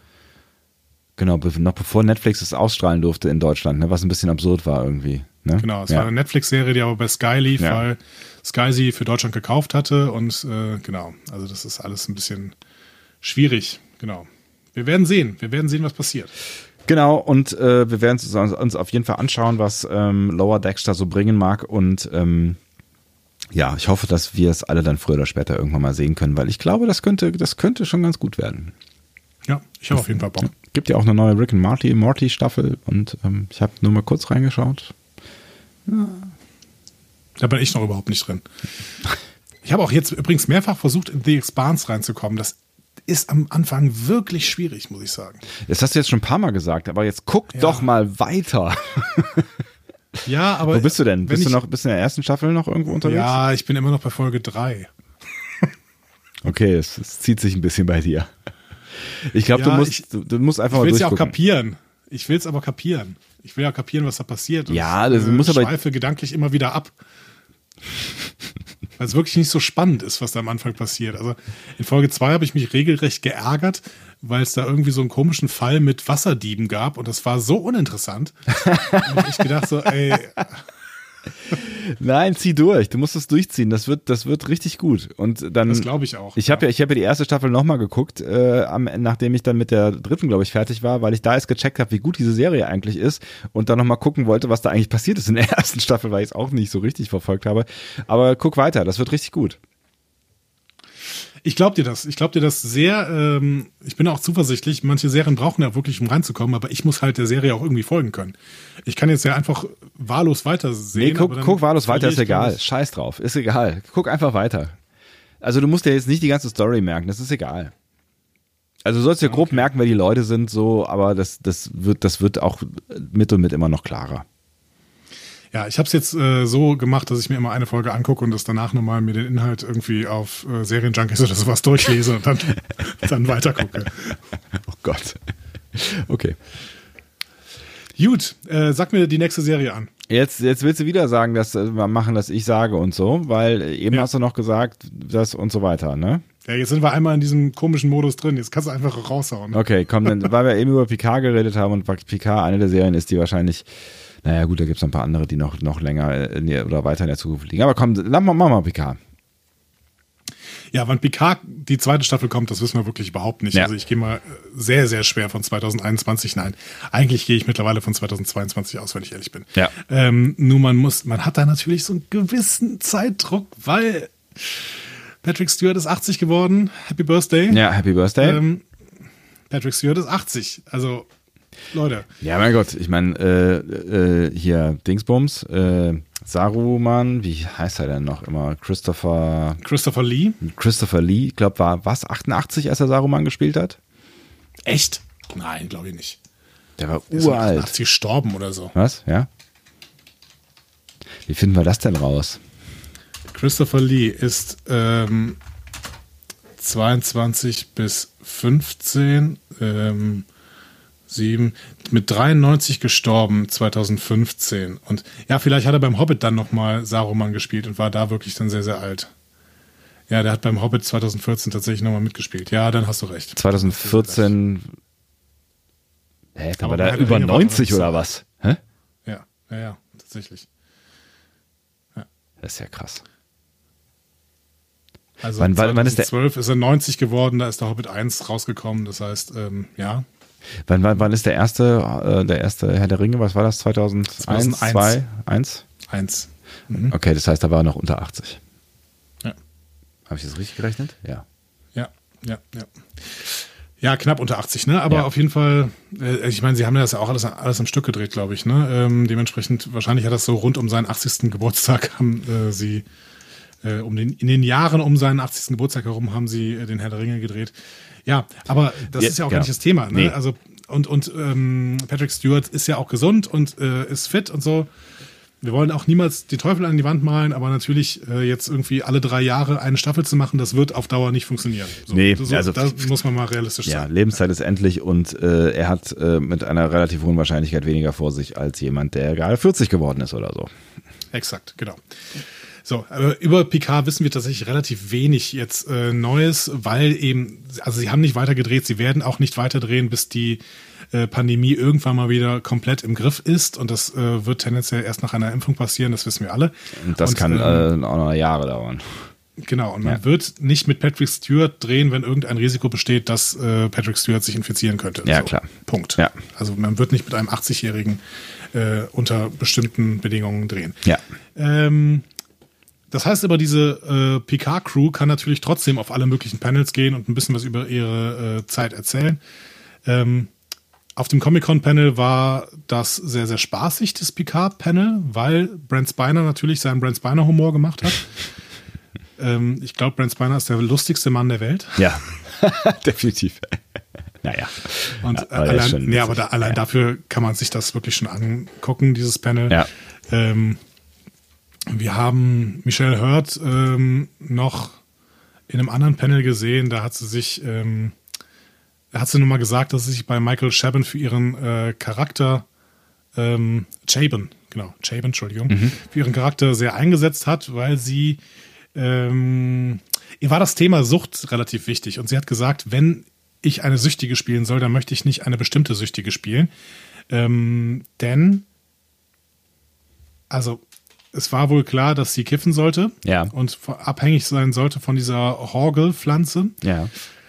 bevor Netflix es ausstrahlen durfte in Deutschland, ne? Was ein bisschen absurd war irgendwie. Ne? Genau, es war eine Netflix-Serie, die aber bei Sky lief, weil Sky sie für Deutschland gekauft hatte und genau, also das ist alles ein bisschen schwierig, genau. Wir werden sehen, was passiert. Genau, und wir werden uns auf jeden Fall anschauen, was Lower Decks da so bringen mag und ich hoffe, dass wir es alle dann früher oder später irgendwann mal sehen können, weil ich glaube, das könnte schon ganz gut werden. Ja, ich habe auf jeden Fall Bock. Gibt ja auch eine neue Rick and Morty Staffel und ich habe nur mal kurz reingeschaut. Ja. Da bin ich noch überhaupt nicht drin. Ich habe auch jetzt übrigens mehrfach versucht, in The Expanse reinzukommen. Das ist am Anfang wirklich schwierig, muss ich sagen. Das hast du jetzt schon ein paar Mal gesagt, aber jetzt guck doch mal weiter. Ja, aber wo bist du denn? Bist du in der ersten Staffel noch irgendwo unterwegs? Ja, ich bin immer noch bei Folge 3. Okay, es zieht sich ein bisschen bei dir. Ich glaube, du musst einfach mal durchgucken. Ich will es ja auch kapieren. Ich will es aber kapieren. Ich will ja kapieren, was da passiert. Ja, das muss aber. Ich schweife gedanklich immer wieder ab. Weil es wirklich nicht so spannend ist, was da am Anfang passiert. Also in Folge 2 habe ich mich regelrecht geärgert, weil es da irgendwie so einen komischen Fall mit Wasserdieben gab und das war so uninteressant. Und ich gedacht so, ey. Nein, zieh durch. Du musst es durchziehen. Das wird richtig gut. Und dann. Das glaube ich auch. Ich habe ja die erste Staffel nochmal geguckt, nachdem ich dann mit der dritten, glaube ich, fertig war, weil ich da erst gecheckt habe, wie gut diese Serie eigentlich ist und dann nochmal gucken wollte, was da eigentlich passiert ist in der ersten Staffel, weil ich es auch nicht so richtig verfolgt habe. Aber guck weiter. Das wird richtig gut. Ich glaube dir das. Ich glaube dir das sehr. Ich bin auch zuversichtlich. Manche Serien brauchen ja wirklich, um reinzukommen, aber ich muss halt der Serie auch irgendwie folgen können. Ich kann jetzt ja einfach wahllos weitersehen. Nee, guck wahllos weiter, ist egal. Scheiß drauf, ist egal. Guck einfach weiter. Also du musst ja jetzt nicht die ganze Story merken, das ist egal. Also du sollst ja grob merken, wer die Leute sind, so, aber das wird auch mit und mit immer noch klarer. Ja, ich habe es jetzt so gemacht, dass ich mir immer eine Folge angucke und das danach nochmal mir den Inhalt irgendwie auf Serienjunkies oder sowas durchlese und dann weiter gucke. Oh Gott. Okay. Gut, sag mir die nächste Serie an. Jetzt willst du wieder sagen, dass wir machen, dass ich sage und so, weil eben hast du noch gesagt, das und so weiter, ne? Ja, jetzt sind wir einmal in diesem komischen Modus drin. Jetzt kannst du einfach raushauen. Okay, komm, dann, weil wir eben über Picard geredet haben und Picard eine der Serien ist, die wahrscheinlich. Naja, gut, da gibt es ein paar andere, die noch länger oder weiter in der Zukunft liegen. Aber komm, mach mal Picard. Ja, wann Picard die zweite Staffel kommt, das wissen wir wirklich überhaupt nicht. Ja. Also ich gehe mal sehr, sehr schwer von 2021. Nein, eigentlich gehe ich mittlerweile von 2022 aus, wenn ich ehrlich bin. Ja. Nur man hat da natürlich so einen gewissen Zeitdruck, weil Patrick Stewart ist 80 geworden. Happy Birthday. Ja, Happy Birthday. Patrick Stewart ist 80. Also Leute. Ja, mein Gott, ich meine, hier Dingsbums, Saruman, wie heißt er denn noch immer? Christopher Lee. Ich glaube, war was, 88, als er Saruman gespielt hat? Echt? Nein, glaube ich nicht. Der war Der ist uralt. 88 gestorben oder so. Was? Ja? Wie finden wir das denn raus? Christopher Lee ist 22 bis 15, 7, mit 93 gestorben 2015. Und ja, vielleicht hat er beim Hobbit dann nochmal Saruman gespielt und war da wirklich dann sehr, sehr alt. Ja, der hat beim Hobbit 2014 tatsächlich nochmal mitgespielt. Ja, dann hast du recht. 2014, dann Aber war bei der Herr der über Ringe war er noch 90 nicht so oder alt. was? Hä? Ja, tatsächlich. Das ist ja krass. Also Wann ist der- 2012 ist er 90 geworden, da ist der Hobbit 1 rausgekommen. Das heißt, ja, Wann ist der erste Herr der Ringe? Was war das? 2001? 2001. 2? 1? 1. Mhm. Okay, das heißt, da war er noch unter 80. Ja. Habe ich das richtig gerechnet? Ja. Ja. Ja, knapp unter 80, ne? Aber Ja. auf jeden Fall, ich meine, sie haben das ja auch alles am Stück gedreht, glaube ich, ne? Dementsprechend, wahrscheinlich hat das so rund um seinen 80. Geburtstag haben sie, in den Jahren um seinen 80. Geburtstag herum haben sie den Herr der Ringe gedreht. Ja, aber das Ja, ist ja auch ja. gar nicht das Thema, ne? Nee. Also, und Patrick Stewart ist ja auch gesund und ist fit und so. Wir wollen auch niemals die Teufel an die Wand malen, aber natürlich jetzt irgendwie alle 3 Jahre eine Staffel zu machen, das wird auf Dauer nicht funktionieren. So, Nee, so, also- da muss man mal realistisch Ja, sein. Lebenszeit ist endlich und er hat mit einer relativ hohen Wahrscheinlichkeit weniger vor sich als jemand, der gerade 40 geworden ist oder so. Exakt, genau. So, über Picard wissen wir tatsächlich relativ wenig jetzt Neues, weil eben, also sie haben nicht weiter gedreht, sie werden auch nicht weiter drehen, bis die Pandemie irgendwann mal wieder komplett im Griff ist und das wird tendenziell erst nach einer Impfung passieren, das wissen wir alle. Und das kann auch noch Jahre dauern. Genau, und man wird nicht mit Patrick Stewart drehen, wenn irgendein Risiko besteht, dass Patrick Stewart sich infizieren könnte. Ja, klar. Punkt. Ja. Also man wird nicht mit einem 80-Jährigen unter bestimmten Bedingungen drehen. Ja. Das heißt aber, diese Picard-Crew kann natürlich trotzdem auf alle möglichen Panels gehen und ein bisschen was über ihre Zeit erzählen. Auf dem Comic-Con-Panel war das sehr, sehr spaßig, das Picard-Panel, weil Brent Spiner natürlich seinen Brent Spiner-Humor gemacht hat. Ich glaube, Brent Spiner ist der lustigste Mann der Welt. Ja, definitiv. Naja. Und aber der ist schon witzig. allein dafür kann man sich das wirklich schon angucken, dieses Panel. Ja. Wir haben Michelle Hurd noch in einem anderen Panel gesehen, da hat sie nur mal gesagt, dass sie sich bei Michael Chabon für ihren Charakter Chabon, Entschuldigung, für ihren Charakter sehr eingesetzt hat, weil sie ihr war das Thema Sucht relativ wichtig und sie hat gesagt, wenn ich eine Süchtige spielen soll, dann möchte ich nicht eine bestimmte Süchtige spielen, denn also es war wohl klar, dass sie kiffen sollte und abhängig sein sollte von dieser Horgel-Pflanze. Ja.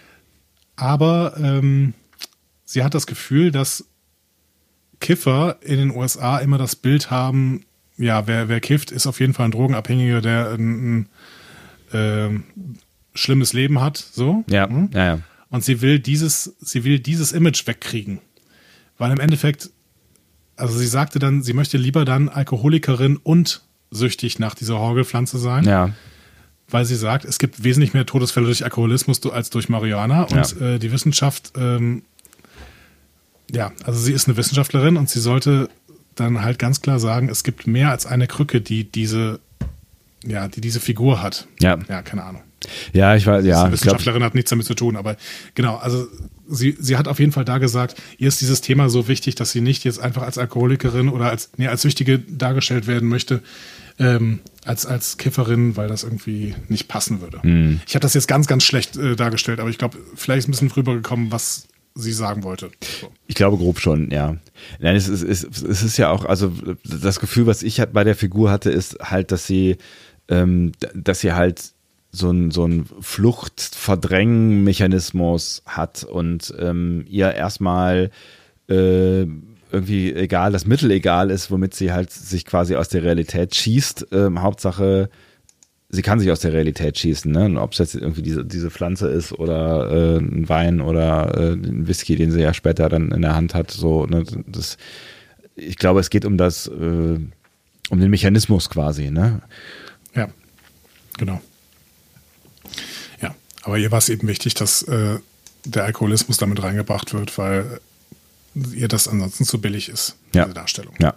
Aber sie hat das Gefühl, dass Kiffer in den USA immer das Bild haben, ja, wer kifft, ist auf jeden Fall ein Drogenabhängiger, der ein schlimmes Leben hat. So. Ja. Und sie will dieses Image wegkriegen. Weil im Endeffekt, also sie sagte dann, sie möchte lieber dann Alkoholikerin und süchtig nach dieser Horgelpflanze sein. Ja. Weil sie sagt, es gibt wesentlich mehr Todesfälle durch Alkoholismus als durch Marihuana. Und die Wissenschaft, also sie ist eine Wissenschaftlerin und sie sollte dann halt ganz klar sagen, es gibt mehr als eine Krücke, die diese Figur hat. Ja. Ja, keine Ahnung. Ja, ich weiß, ja. Die Wissenschaftlerin hat nichts damit zu tun, aber genau, also sie hat auf jeden Fall da gesagt, ihr ist dieses Thema so wichtig, dass sie nicht jetzt einfach als Alkoholikerin oder als Süchtige dargestellt werden möchte, als Kifferin, weil das irgendwie nicht passen würde. Ich habe das jetzt ganz, ganz schlecht dargestellt, aber ich glaube, vielleicht ist ein bisschen rübergekommen, was sie sagen wollte. So. Ich glaube grob schon, ja. Nein, es ist ja auch, also das Gefühl, was ich halt bei der Figur hatte, ist halt, dass sie halt so ein Fluchtverdrängmechanismus hat und ihr erstmal irgendwie das Mittel egal ist, womit sie halt sich quasi aus der Realität schießt. Hauptsache, sie kann sich aus der Realität schießen, ne? Und ob es jetzt irgendwie diese Pflanze ist oder ein Wein oder ein Whisky, den sie ja später dann in der Hand hat, so, ne? Ich glaube, es geht um um den Mechanismus quasi, ne? Ja, genau. Ja, aber ihr war es eben wichtig, dass der Alkoholismus damit reingebracht wird, weil ihr das ansonsten zu billig ist, diese Darstellung. Ja.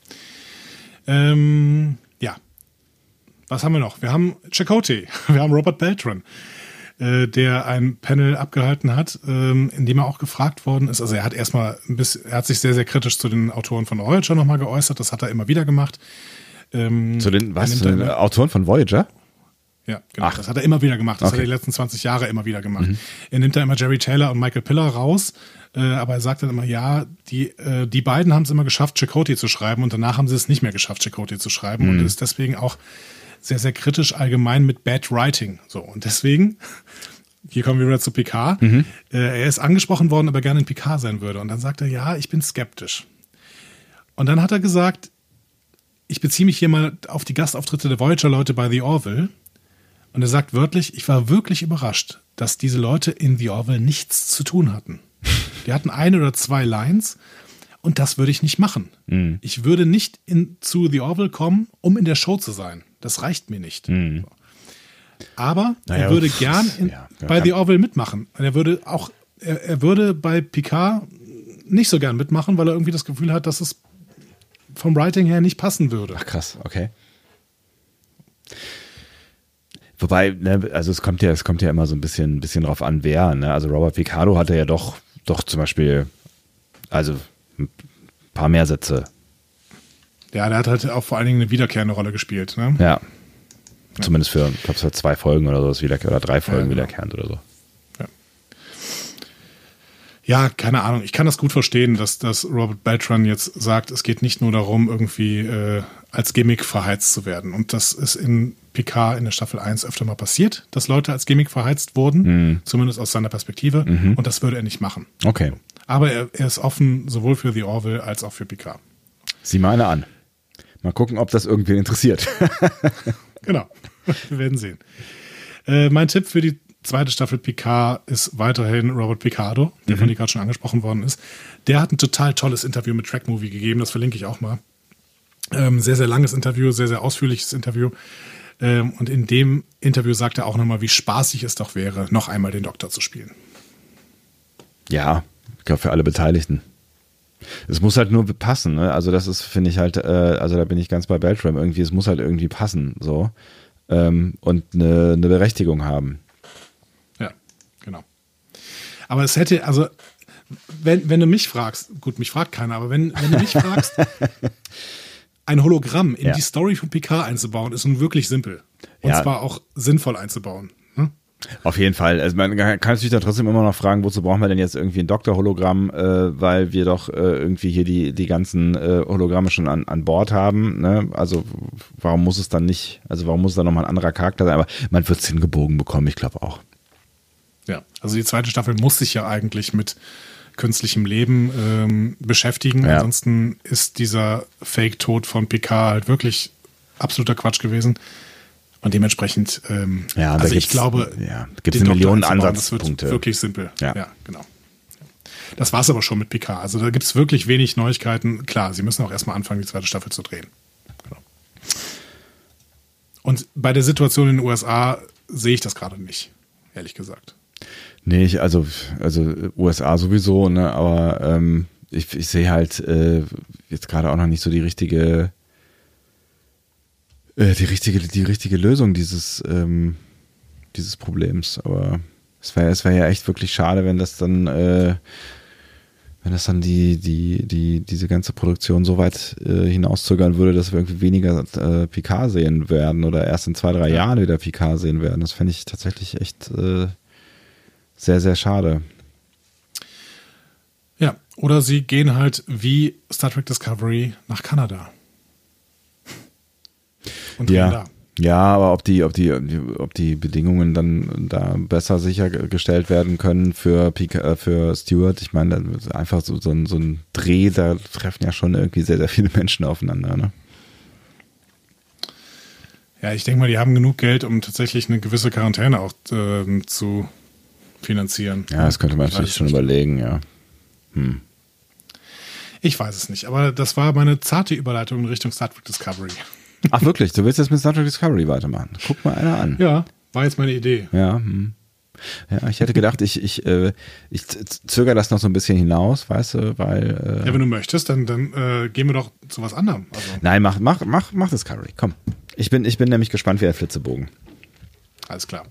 Genau. Ja. Was haben wir noch? Wir haben Chakotay, wir haben Robert Beltran, der ein Panel abgehalten hat, in dem er auch gefragt worden ist. Also er hat sich sehr, sehr kritisch zu den Autoren von Voyager nochmal geäußert. Das hat er immer wieder gemacht. Zu den Autoren von Voyager? Ja, genau. Das hat er immer wieder gemacht. Das hat er die letzten 20 Jahre immer wieder gemacht. Er nimmt da immer Jerry Taylor und Michael Piller raus, aber er sagt dann immer, ja, die beiden haben es immer geschafft, Chakotay zu schreiben und danach haben sie es nicht mehr geschafft, Chakotay zu schreiben und ist deswegen auch sehr, sehr kritisch allgemein mit Bad Writing. So, und deswegen, hier kommen wir wieder zu Picard, er ist angesprochen worden, ob er gerne in Picard sein würde. Und dann sagt er, ja, ich bin skeptisch. Und dann hat er gesagt, ich beziehe mich hier mal auf die Gastauftritte der Voyager-Leute bei The Orville. Und er sagt wörtlich, ich war wirklich überrascht, dass diese Leute in The Orville nichts zu tun hatten. Die hatten 1 oder 2 Lines und das würde ich nicht machen. Ich würde nicht zu The Orville kommen, um in der Show zu sein. Das reicht mir nicht. Aber er würde gern bei The Orville mitmachen. Und er würde bei Picard nicht so gern mitmachen, weil er irgendwie das Gefühl hat, dass es vom Writing her nicht passen würde. Ach krass, okay. Wobei, ne, also es kommt ja immer so ein bisschen drauf an, wer, ne? Also Robert Picardo hatte ja doch zum Beispiel, also ein paar mehr Sätze. Ja, der hat halt auch vor allen Dingen eine wiederkehrende Rolle gespielt, ne? Ja. Zumindest für, ich glaube, es hat 2 Folgen oder so, oder 3 Folgen wiederkehrend oder so. Ja, keine Ahnung. Ich kann das gut verstehen, dass Robert Beltran jetzt sagt, es geht nicht nur darum, irgendwie als Gimmick verheizt zu werden. Und das ist in Picard in der Staffel 1 öfter mal passiert, dass Leute als Gimmick verheizt wurden, zumindest aus seiner Perspektive. Und das würde er nicht machen. Okay. Aber er ist offen sowohl für The Orville als auch für Picard. Sieh mal eine an. Mal gucken, ob das irgendwen interessiert. Genau. Wir werden sehen. Mein Tipp für die zweite Staffel Picard ist weiterhin Robert Picardo, der von dir gerade schon angesprochen worden ist. Der hat ein total tolles Interview mit Track Movie gegeben, das verlinke ich auch mal. Sehr, sehr langes Interview, sehr, sehr ausführliches Interview. Und in dem Interview sagt er auch nochmal, wie spaßig es doch wäre, noch einmal den Doktor zu spielen. Ja, ich glaube für alle Beteiligten. Es muss halt nur passen, ne? Also das ist, finde ich halt, also da bin ich ganz bei Beltran irgendwie, es muss halt irgendwie passen, so. Und eine Berechtigung haben. Ja, genau. Aber es hätte, also, wenn du mich fragst, gut, mich fragt keiner, aber wenn du mich fragst, ein Hologramm in die Story von Picard einzubauen, ist nun wirklich simpel. Und zwar auch sinnvoll einzubauen. Hm? Auf jeden Fall. Also man kann sich da trotzdem immer noch fragen, wozu brauchen wir denn jetzt irgendwie ein Doktor-Hologramm, weil wir doch irgendwie hier die ganzen Hologramme schon an Bord haben. Ne? Also warum muss es dann nochmal ein anderer Charakter sein? Aber man wird es hingebogen bekommen, ich glaube auch. Ja, also die zweite Staffel muss sich ja eigentlich mit künstlichem Leben beschäftigen. Ja. Ansonsten ist dieser Fake-Tod von Picard halt wirklich absoluter Quatsch gewesen. Und dementsprechend, also ich glaube, gibt es eine Million Ansatzpunkte. Das wird wirklich simpel. Ja, genau. Das war es aber schon mit Picard. Also da gibt es wirklich wenig Neuigkeiten. Klar, sie müssen auch erstmal anfangen, die zweite Staffel zu drehen. Genau. Und bei der Situation in den USA sehe ich das gerade nicht, ehrlich gesagt. Nee, also USA sowieso, ne, aber ich sehe halt jetzt gerade auch noch nicht so die richtige Lösung dieses Problems. Aber es wär ja echt wirklich schade, wenn das dann diese ganze Produktion so weit hinauszögern würde, dass wir irgendwie weniger Picard sehen werden oder erst in 2-3 Jahren wieder Picard sehen werden. Das fände ich tatsächlich echt sehr, sehr schade. Ja, oder sie gehen halt wie Star Trek Discovery nach Kanada. Und da. Ja, aber ob die Bedingungen dann da besser sichergestellt werden können für Stewart, ich meine, einfach so ein Dreh, da treffen ja schon irgendwie sehr, sehr viele Menschen aufeinander, ne? Ja, ich denke mal, die haben genug Geld, um tatsächlich eine gewisse Quarantäne auch zu finanzieren. Ja, das könnte man natürlich schon überlegen, ja. Ich weiß es nicht, aber das war meine zarte Überleitung in Richtung Star Trek Discovery. Ach wirklich, du willst jetzt mit Star Trek Discovery weitermachen? Guck mal einer an. Ja, war jetzt meine Idee. Ja, ja, ich hätte gedacht, ich zögere das noch so ein bisschen hinaus, weißt du, weil... Ja, wenn du möchtest, dann gehen wir doch zu was anderem. Also. Nein, mach Discovery, komm. Ich bin nämlich gespannt wie ein Flitzebogen. Alles klar.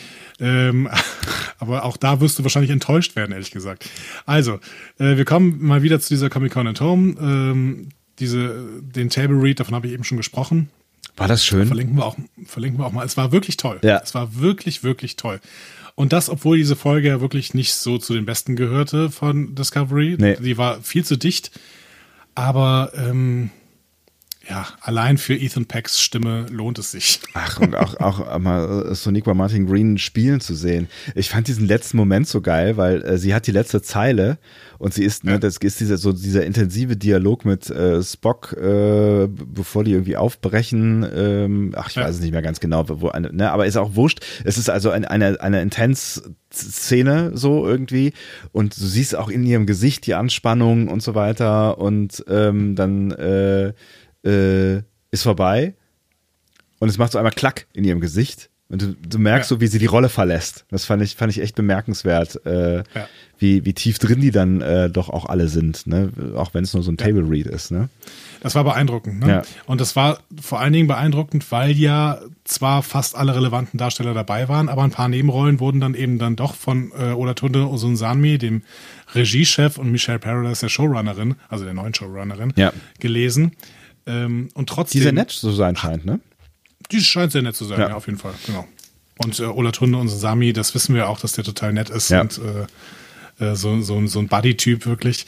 Aber auch da wirst du wahrscheinlich enttäuscht werden, ehrlich gesagt. Also, wir kommen mal wieder zu dieser Comic-Con at Home. Den Table Read, davon habe ich eben schon gesprochen. War das schön? Verlinken wir auch mal. Es war wirklich toll. Ja. Es war wirklich, wirklich toll. Und das, obwohl diese Folge ja wirklich nicht so zu den besten gehörte von Discovery. Nee. Die war viel zu dicht. Aber ja, allein für Ethan Pecks Stimme lohnt es sich. Ach, und auch mal Sonequa Martin Green spielen zu sehen. Ich fand diesen letzten Moment so geil, weil sie hat die letzte Zeile und sie ist, ne, das ist dieser intensive Dialog mit Spock, bevor die irgendwie aufbrechen. Ich weiß es nicht mehr ganz genau, aber ist auch wurscht. Es ist also eine Intens-Szene so irgendwie und du siehst auch in ihrem Gesicht die Anspannung und so weiter und dann ist vorbei und es macht so einmal Klack in ihrem Gesicht und du merkst so, wie sie die Rolle verlässt. Das fand ich echt bemerkenswert, wie tief drin die dann doch auch alle sind, ne? Auch wenn es nur so ein Table Read ist. Ne? Das war beeindruckend. Ne? Ja. Und das war vor allen Dingen beeindruckend, weil ja zwar fast alle relevanten Darsteller dabei waren, aber ein paar Nebenrollen wurden dann doch von Olatunde Osunsanmi, dem Regiechef, und Michelle Paradise, der Showrunnerin, also der neuen Showrunnerin, gelesen. Und trotzdem. Die sehr nett zu sein scheint, ne? Die scheint sehr nett zu sein, ja auf jeden Fall, genau. Und Olatunde Osunsanmi, das wissen wir auch, dass der total nett ist und so ein Buddy-Typ wirklich.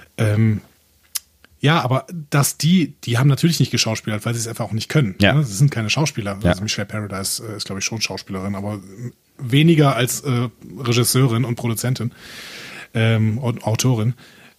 Ja, aber die haben natürlich nicht geschauspielert, weil sie es einfach auch nicht können. Ja. Ne? Sie sind keine Schauspieler. Ja. Also Michelle Paradise ist, glaube ich, schon Schauspielerin, aber weniger als Regisseurin und Produzentin und Autorin.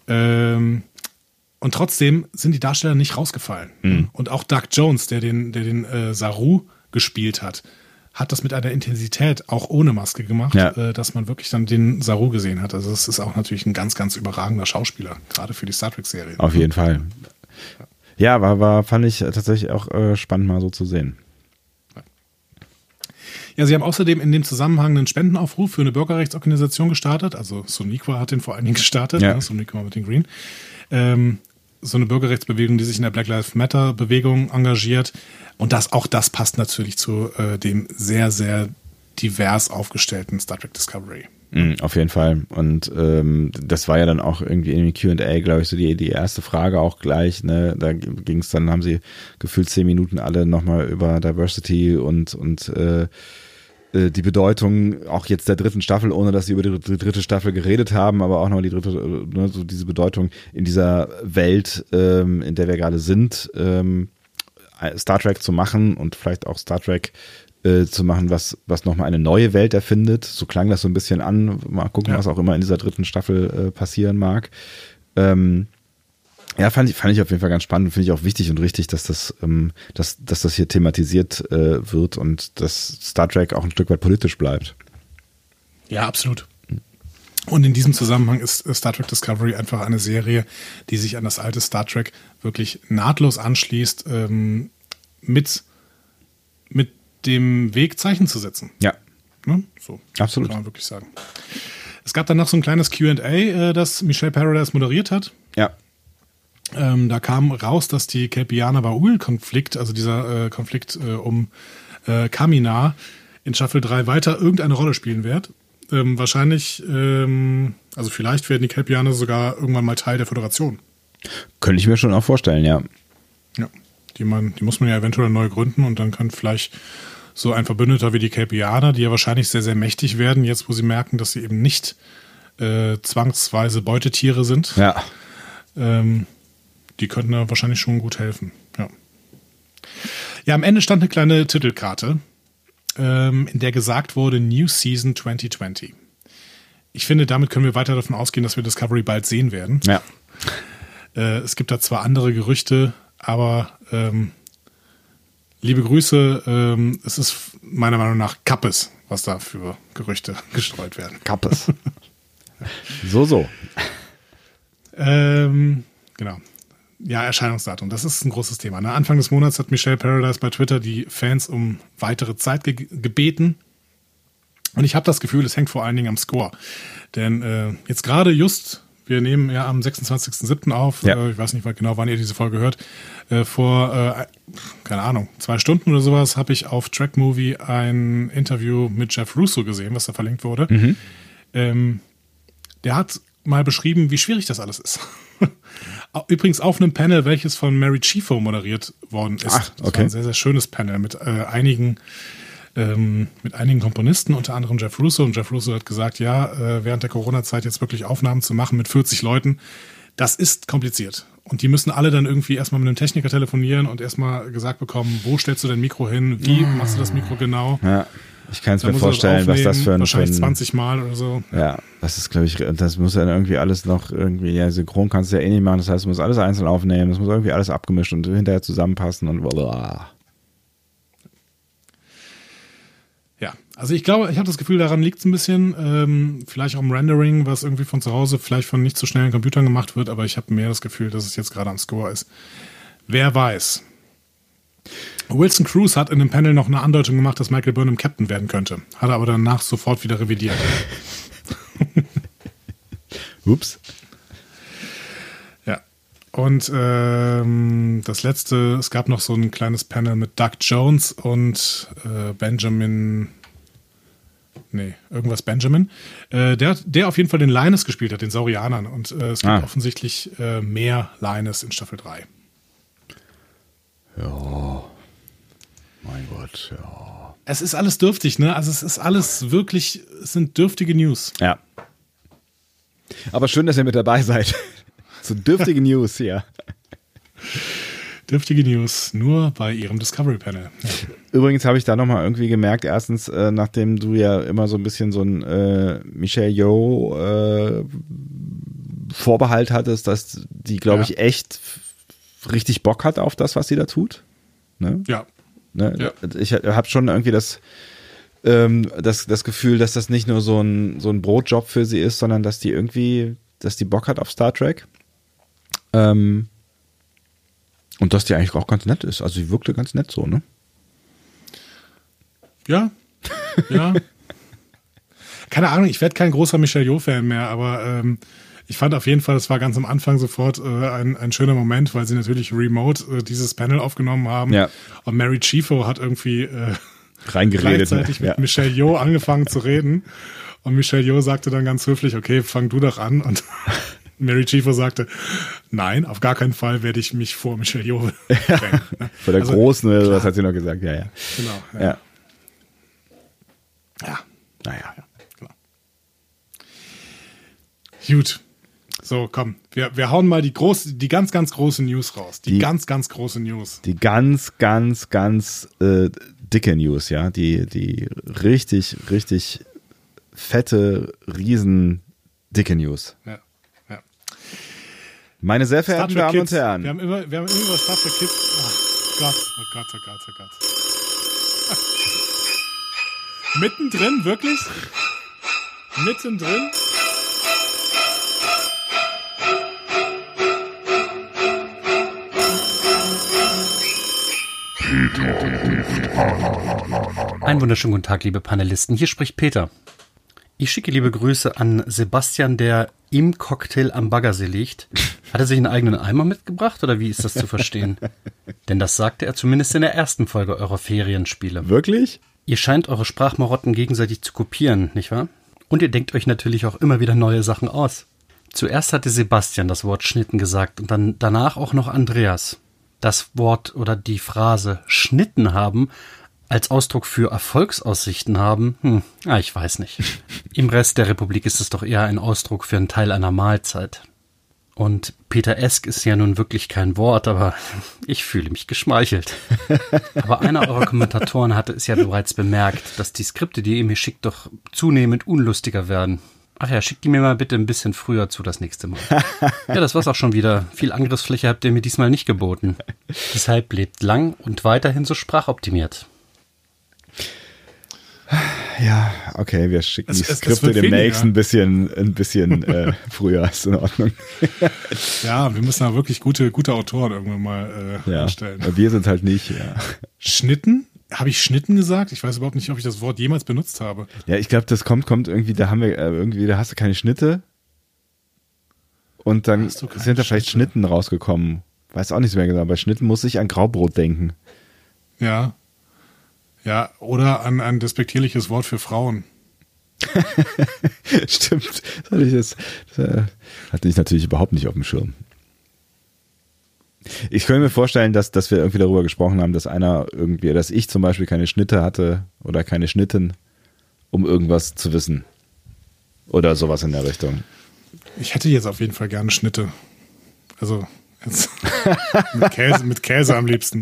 Und trotzdem sind die Darsteller nicht rausgefallen. Mhm. Und auch Doug Jones, der den Saru gespielt hat das mit einer Intensität auch ohne Maske gemacht, dass man wirklich dann den Saru gesehen hat. Also es ist auch natürlich ein ganz, ganz überragender Schauspieler, gerade für die Star Trek-Serie. Auf jeden Fall. Ja, fand ich tatsächlich auch spannend mal so zu sehen. Ja, sie haben außerdem in dem Zusammenhang einen Spendenaufruf für eine Bürgerrechtsorganisation gestartet. Also Sonequa hat den vor allen Dingen gestartet, Sonequa Martin Green. So eine Bürgerrechtsbewegung, die sich in der Black Lives Matter Bewegung engagiert. Und das passt natürlich zu dem sehr, sehr divers aufgestellten Star Trek Discovery. Auf jeden Fall. Und das war ja dann auch irgendwie in dem Q&A, glaube ich, so die erste Frage auch gleich. Ne? Da ging es dann, haben sie gefühlt 10 Minuten alle nochmal über Diversity und die Bedeutung auch jetzt der 3. Staffel, ohne dass sie über die 3. Staffel geredet haben, aber auch noch die 3., ne, so diese Bedeutung in dieser Welt, in der wir gerade sind, Star Trek zu machen und vielleicht auch Star Trek zu machen, was nochmal eine neue Welt erfindet. So klang das so ein bisschen an. Mal gucken, was auch immer in dieser 3. Staffel passieren mag. Ja, fand ich auf jeden Fall ganz spannend. Finde ich auch wichtig und richtig, dass das hier thematisiert wird und dass Star Trek auch ein Stück weit politisch bleibt. Ja, absolut. Und in diesem Zusammenhang ist Star Trek Discovery einfach eine Serie, die sich an das alte Star Trek wirklich nahtlos anschließt, mit dem Weg Zeichen zu setzen. Ja. Ne? So. Absolut. Kann man wirklich sagen. Es gab dann noch so ein kleines Q&A, das Michelle Paradise moderiert hat. Ja. Da kam raus, dass die Kelpianer-Ba'ul-Konflikt, also dieser Konflikt um Kamina in Staffel 3 weiter irgendeine Rolle spielen wird. Wahrscheinlich, also vielleicht werden die Kelpianer sogar irgendwann mal Teil der Föderation. Könnte ich mir schon auch vorstellen, ja. Ja, die muss man ja eventuell neu gründen und dann kann vielleicht so ein Verbündeter wie die Kelpianer, die ja wahrscheinlich sehr, sehr mächtig werden, jetzt wo sie merken, dass sie eben nicht zwangsweise Beutetiere sind. Ja. Die könnten da wahrscheinlich schon gut helfen. Ja, am Ende stand eine kleine Titelkarte, in der gesagt wurde New Season 2020. Ich finde, damit können wir weiter davon ausgehen, dass wir Discovery bald sehen werden. Ja. Es gibt da zwar andere Gerüchte, aber liebe Grüße. Es ist meiner Meinung nach Kappes, was da für Gerüchte gestreut werden. Kappes. So. Genau. Ja, Erscheinungsdatum, das ist ein großes Thema. Ne? Anfang des Monats hat Michelle Paradise bei Twitter die Fans um weitere Zeit gebeten. Und ich habe das Gefühl, es hängt vor allen Dingen am Score. Denn jetzt gerade wir nehmen ja am 26.07. auf, ich weiß nicht genau, wann ihr diese Folge hört, vor, keine Ahnung, 2 Stunden oder sowas, habe ich auf Trackmovie ein Interview mit Jeff Russo gesehen, was da verlinkt wurde. Der hat mal beschrieben, wie schwierig das alles ist. Übrigens auf einem Panel, welches von Mary Chieffo moderiert worden ist. Ach, okay. Das war ein sehr, sehr schönes Panel mit einigen Komponisten, unter anderem Jeff Russo. Und Jeff Russo hat gesagt, während der Corona-Zeit jetzt wirklich Aufnahmen zu machen mit 40 Leuten, das ist kompliziert. Und die müssen alle dann irgendwie erstmal mit einem Techniker telefonieren und erstmal gesagt bekommen, wo stellst du dein Mikro hin, wie machst du das Mikro genau? Ja, ich kann es mir vorstellen, was das für ein... Wahrscheinlich 20 Mal oder so. Ja, das ist, glaube ich, das muss ja irgendwie alles noch irgendwie, synchron kannst du ja eh nicht machen, das heißt, du musst alles einzeln aufnehmen, das muss irgendwie alles abgemischt und hinterher zusammenpassen und blablabla. Ja, also ich glaube, ich habe das Gefühl, daran liegt es ein bisschen, vielleicht auch im Rendering, was irgendwie von zu Hause vielleicht von nicht so schnellen Computern gemacht wird, aber ich habe mehr das Gefühl, dass es jetzt gerade am Score ist. Wer weiß. Wilson Cruz hat in dem Panel noch eine Andeutung gemacht, dass Michael Burnham Captain werden könnte, hat er aber danach sofort wieder revidiert. Ups. Ja, und das letzte, es gab noch so ein kleines Panel mit Doug Jones und Benjamin, der auf jeden Fall den Linus gespielt hat, den Saurianern, und es gibt offensichtlich mehr Linus in Staffel 3. Ja, mein Gott, ja. Es ist alles dürftig, ne? Also es ist alles wirklich, es sind dürftige News. Ja. Aber schön, dass ihr mit dabei seid. So dürftige News hier. Dürftige News, nur bei ihrem Discovery Panel. Ja. Übrigens habe ich da nochmal irgendwie gemerkt, erstens, nachdem du ja immer so ein bisschen so ein Michelle Yeoh Vorbehalt hattest, dass die, glaube ich, echt richtig Bock hat auf das, was sie da tut. Ne? Ja. Ne? Ja. Ich habe schon irgendwie das Gefühl, dass das nicht nur so ein Brotjob für sie ist, sondern dass die Bock hat auf Star Trek. Und dass die eigentlich auch ganz nett ist. Also sie wirkte ganz nett so, ne? Ja. Keine Ahnung, ich werde kein großer Michelle Yeoh-Fan mehr, aber ich fand auf jeden Fall, es war ganz am Anfang sofort ein schöner Moment, weil sie natürlich remote dieses Panel aufgenommen haben. Ja. Und Mary Chieffo hat irgendwie reingeredet, gleichzeitig mit Michelle Yeoh angefangen zu reden. Und Michelle Yeoh sagte dann ganz höflich, okay, fang du doch an. Und Mary Chieffo sagte, nein, auf gar keinen Fall werde ich mich vor Michelle Yeoh drängen. Vor der Großen oder sowas hat sie noch gesagt, ja. Genau. Ja. Naja. Genau. Gut. So, komm, wir hauen mal die ganz, ganz große News raus. Die ganz, ganz große News. Die ganz, ganz, ganz dicke News, ja. Die richtig, richtig fette, riesen dicke News. Ja. Meine sehr verehrten Damen und Herren. Wir haben immer über Star Trek Kids. Oh Gott. Mittendrin, wirklich? Mittendrin? Einen wunderschönen guten Tag, liebe Panelisten. Hier spricht Peter. Ich schicke liebe Grüße an Sebastian, der im Cocktail am Baggersee liegt. Hat er sich einen eigenen Eimer mitgebracht oder wie ist das zu verstehen? Denn das sagte er zumindest in der ersten Folge eurer Ferienspiele. Wirklich? Ihr scheint eure Sprachmarotten gegenseitig zu kopieren, nicht wahr? Und ihr denkt euch natürlich auch immer wieder neue Sachen aus. Zuerst hatte Sebastian das Wort Schnitten gesagt und dann danach auch noch Andreas. Das Wort oder die Phrase Schnitten haben als Ausdruck für Erfolgsaussichten haben, ich weiß nicht. Im Rest der Republik ist es doch eher ein Ausdruck für einen Teil einer Mahlzeit. Und Peter-esk ist ja nun wirklich kein Wort, aber ich fühle mich geschmeichelt. Aber einer eurer Kommentatoren hatte es ja bereits bemerkt, dass die Skripte, die ihr mir schickt, doch zunehmend unlustiger werden. Ach ja, schickt die mir mal bitte ein bisschen früher zu das nächste Mal. Ja, das war's auch schon wieder. Viel Angriffsfläche habt ihr mir diesmal nicht geboten. Deshalb lebt lang und weiterhin so sprachoptimiert. Ja, okay, wir schicken die Es Skripte wird demnächst weniger. ein bisschen früher, ist in Ordnung. Ja, wir müssen da wirklich gute Autoren irgendwann mal erstellen. Wir sind halt nicht, ja. Schnitten? Habe ich Schnitten gesagt? Ich weiß überhaupt nicht, ob ich das Wort jemals benutzt habe. Ja, ich glaube, das kommt irgendwie, da hast du keine Schnitte und dann sind da vielleicht Schnitten rausgekommen. Weiß auch nicht mehr genau, bei Schnitten muss ich an Graubrot denken. Ja. Ja, oder an ein despektierliches Wort für Frauen. Stimmt. Das hatte ich natürlich überhaupt nicht auf dem Schirm. Ich könnte mir vorstellen, dass wir irgendwie darüber gesprochen haben, dass ich zum Beispiel keine Schnitte hatte oder keine Schnitten, um irgendwas zu wissen. Oder sowas in der Richtung. Ich hätte jetzt auf jeden Fall gerne Schnitte. Also jetzt mit Käse am liebsten.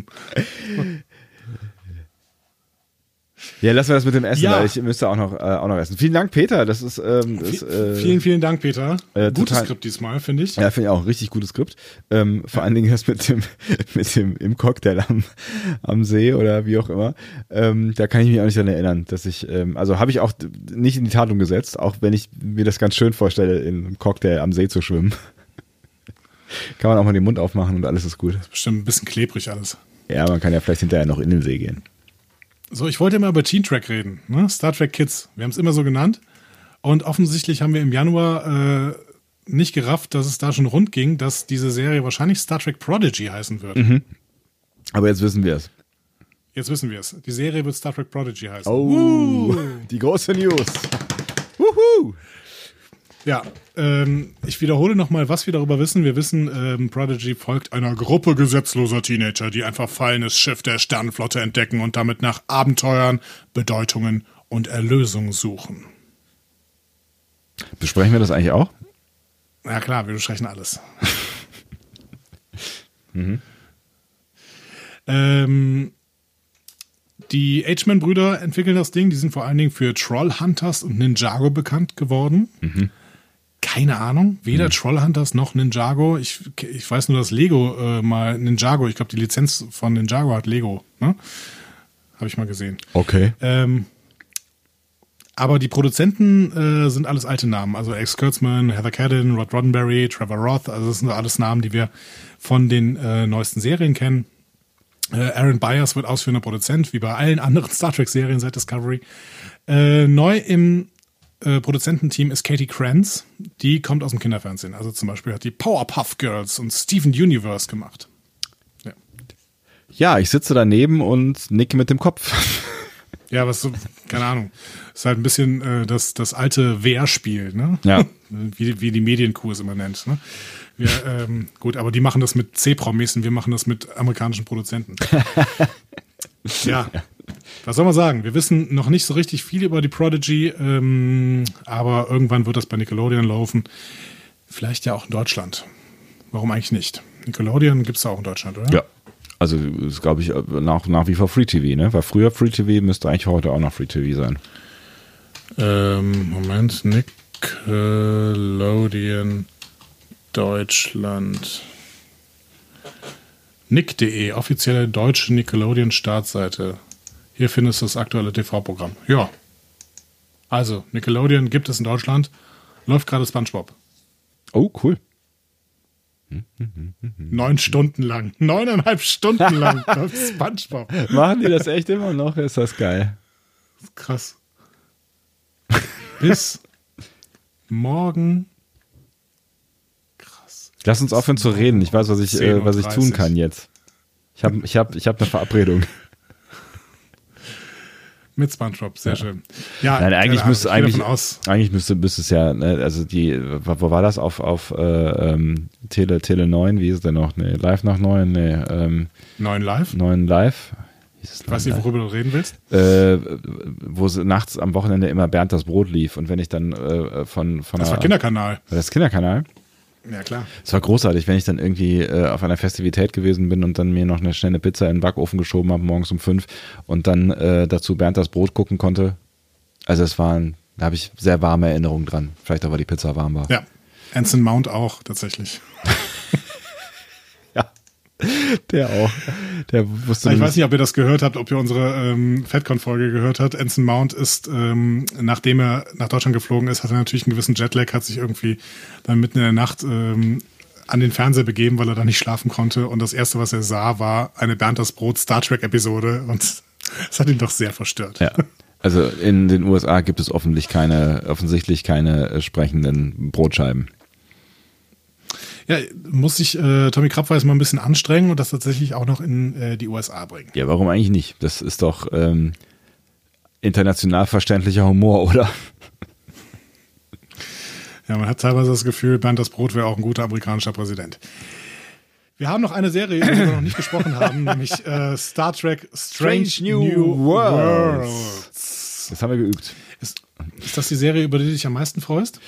Ja, lassen wir das mit dem Essen, Ja. weil ich müsste auch noch essen. Vielen Dank, Peter. Das ist Vielen Dank, Peter. Gutes total- Skript diesmal, finde ich. Ja, finde ich auch ein richtig gutes Skript. Vor allen Dingen das mit dem im Cocktail am See oder wie auch immer. Da kann ich mich auch nicht daran erinnern, dass ich, also habe ich auch nicht in die Tat umgesetzt, auch wenn ich mir das ganz schön vorstelle, in einem Cocktail am See zu schwimmen. Kann man auch mal den Mund aufmachen und alles ist gut. Bestimmt ein bisschen klebrig alles. Ja, man kann ja vielleicht hinterher noch in den See gehen. So, ich wollte immer über Teen Trek reden, ne? Star Trek Kids. Wir haben es immer so genannt. Und offensichtlich haben wir im Januar nicht gerafft, dass es da schon rund ging, dass diese Serie wahrscheinlich Star Trek Prodigy heißen wird. Aber jetzt wissen wir es. Jetzt wissen wir es. Die Serie wird Star Trek Prodigy heißen. Oh, die große News. Wuhu. Ja, ich wiederhole nochmal, was wir darüber wissen. Wir wissen, Prodigy folgt einer Gruppe gesetzloser Teenager, die ein verfallenes Schiff der Sternenflotte entdecken und damit nach Abenteuern, Bedeutungen und Erlösung suchen. Besprechen wir das eigentlich auch? Ja klar, wir besprechen alles. Die H-Man-Brüder entwickeln das Ding. Die sind vor allen Dingen für Trollhunters und Ninjago bekannt geworden. Keine Ahnung, weder Trollhunters noch Ninjago. Ich weiß nur, dass Lego mal Ninjago, ich glaube, die Lizenz von Ninjago hat Lego. Ne? Habe ich mal gesehen. Okay. Aber die Produzenten sind alles alte Namen. Also Alex Kurtzman, Heather Cadden, Rod Roddenberry, Trevor Roth. Also das sind alles Namen, die wir von den neuesten Serien kennen. Aaron Byers wird ausführender Produzent, wie bei allen anderen Star Trek-Serien seit Discovery. Neu im Produzententeam ist Katie Kranz. Die kommt aus dem Kinderfernsehen. Also zum Beispiel hat die Powerpuff Girls und Steven Universe gemacht. Ja, Ja, ich sitze daneben und nicke mit dem Kopf. ja, was so, keine Ahnung. Ist halt ein bisschen das alte Wehrspiel, ne? Ja. Wie die Medienkuh es immer nennt, ne? Wir, gut, aber die machen das mit C-Promis und wir machen das mit amerikanischen Produzenten. Ja, was soll man sagen? Wir wissen noch nicht so richtig viel über die Prodigy, aber irgendwann wird das bei Nickelodeon laufen. Vielleicht ja auch in Deutschland. Warum eigentlich nicht? Nickelodeon gibt es auch in Deutschland, oder? Ja. Also ist, glaube ich, nach wie vor Free TV, ne? War früher Free TV, müsste eigentlich heute auch noch Free TV sein. Moment, Nickelodeon Deutschland. Nick.de, offizielle deutsche Nickelodeon-Startseite. Hier findest du das aktuelle TV-Programm. Ja. Also, Nickelodeon gibt es in Deutschland. Läuft gerade SpongeBob. Oh, cool. 9 Stunden lang. 9,5 Stunden lang läuft SpongeBob. Machen die das echt immer noch? Ist das geil. Krass. Bis morgen. Krass. Lass uns aufhören zu reden. Ich weiß, was ich 10:30 tun kann jetzt. Ich hab eine Verabredung. Mit SpongeBob, sehr schön. Ja, Nein, eigentlich keine müsste Ahnung, ich gehe davon aus. eigentlich müsste es ja, ne, also wo war das auf Tele 9, wie ist es denn noch? Nee, Live nach 9, nee, 9 Live. 9 Live. Ich weiß nicht, worüber du reden willst. Wo nachts am Wochenende immer Bernd das Brot lief und wenn ich dann von Das war Kinderkanal. War das Kinderkanal? Ja, klar. Es war großartig, wenn ich dann irgendwie auf einer Festivität gewesen bin und dann mir noch eine schnelle Pizza in den Backofen geschoben habe, morgens um 5 und dann dazu Bernd das Brot gucken konnte. Also es war ein Da habe ich sehr warme Erinnerungen dran. Vielleicht auch, weil die Pizza warm war. Ja, Anson Mount auch tatsächlich. Ja, der auch. Der wusste ich weiß nicht, ob ihr das gehört habt, ob ihr unsere FedCon-Folge gehört habt. Anson Mount ist, nachdem er nach Deutschland geflogen ist, hat er natürlich einen gewissen Jetlag, hat sich irgendwie dann mitten in der Nacht an den Fernseher begeben, weil er da nicht schlafen konnte. Und das Erste, was er sah, war eine Bernd das Brot Star Trek-Episode. Und das hat ihn doch sehr verstört. Ja. Also in den USA gibt es offensichtlich keine sprechenden Brotscheiben. Ja, muss sich Tommy Krabweis mal ein bisschen anstrengen und das tatsächlich auch noch in die USA bringen. Ja, warum eigentlich nicht? Das ist doch international verständlicher Humor, oder? Ja, man hat teilweise das Gefühl, Bernd das Brot wäre auch ein guter amerikanischer Präsident. Wir haben noch eine Serie, über die wir noch nicht gesprochen haben, nämlich Star Trek Strange New Worlds. Das haben wir geübt. Ist das die Serie, über die du dich am meisten freust?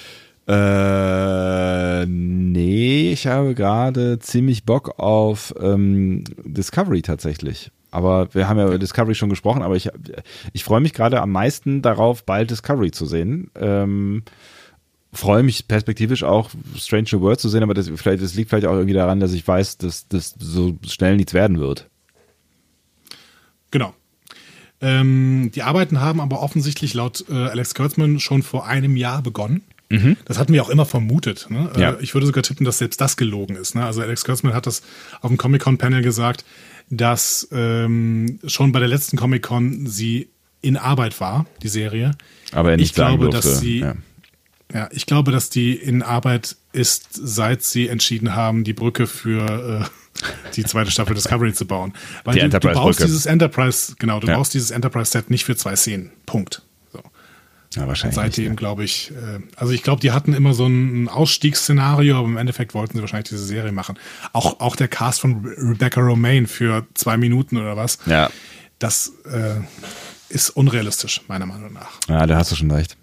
Nee, ich habe gerade ziemlich Bock auf Discovery tatsächlich. Aber wir haben ja über Discovery schon gesprochen, aber ich freue mich gerade am meisten darauf, bald Discovery zu sehen. Freue mich perspektivisch auch, Strange New Worlds zu sehen, aber das liegt vielleicht auch irgendwie daran, dass ich weiß, dass das so schnell nichts werden wird. Genau. Die Arbeiten haben aber offensichtlich laut Alex Kurtzman schon vor einem Jahr begonnen. Mhm. Das hatten wir auch immer vermutet. Ne? Ja. Ich würde sogar tippen, dass selbst das gelogen ist. Ne? Also Alex Kurtzman hat das auf dem Comic-Con-Panel gesagt, dass schon bei der letzten Comic-Con sie in Arbeit war, die Serie. Aber er nicht sagen durfte. Dass sie ich glaube, dass die in Arbeit ist, seit sie entschieden haben, die Brücke für die zweite Staffel Discovery zu bauen. Weil du baust dieses Enterprise, baust dieses Enterprise-Set nicht für 2 Szenen. Punkt. So. Ja, wahrscheinlich. Seitdem glaube ich, also ich glaube, die hatten immer so ein Ausstiegsszenario, aber im Endeffekt wollten sie wahrscheinlich diese Serie machen. Auch der Cast von Rebecca Romaine für 2 Minuten oder was. Ja. Das ist unrealistisch, meiner Meinung nach. Ja, da hast du schon recht.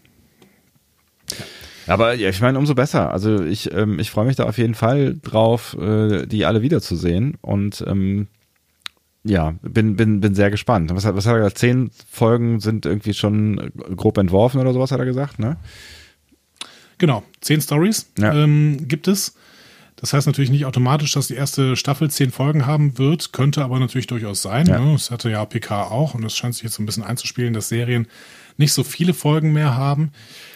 Aber ja, ich meine, umso besser. Also ich freue mich da auf jeden Fall drauf, die alle wiederzusehen und bin sehr gespannt. Was hat er gesagt? 10 Folgen sind irgendwie schon grob entworfen oder sowas, hat er gesagt, ne? Genau, 10 Stories gibt es. Das heißt natürlich nicht automatisch, dass die erste Staffel 10 Folgen haben wird, könnte aber natürlich durchaus sein. Ja. Ne? Das hatte ja PK auch und es scheint sich jetzt so ein bisschen einzuspielen, dass Serien nicht so viele Folgen mehr haben.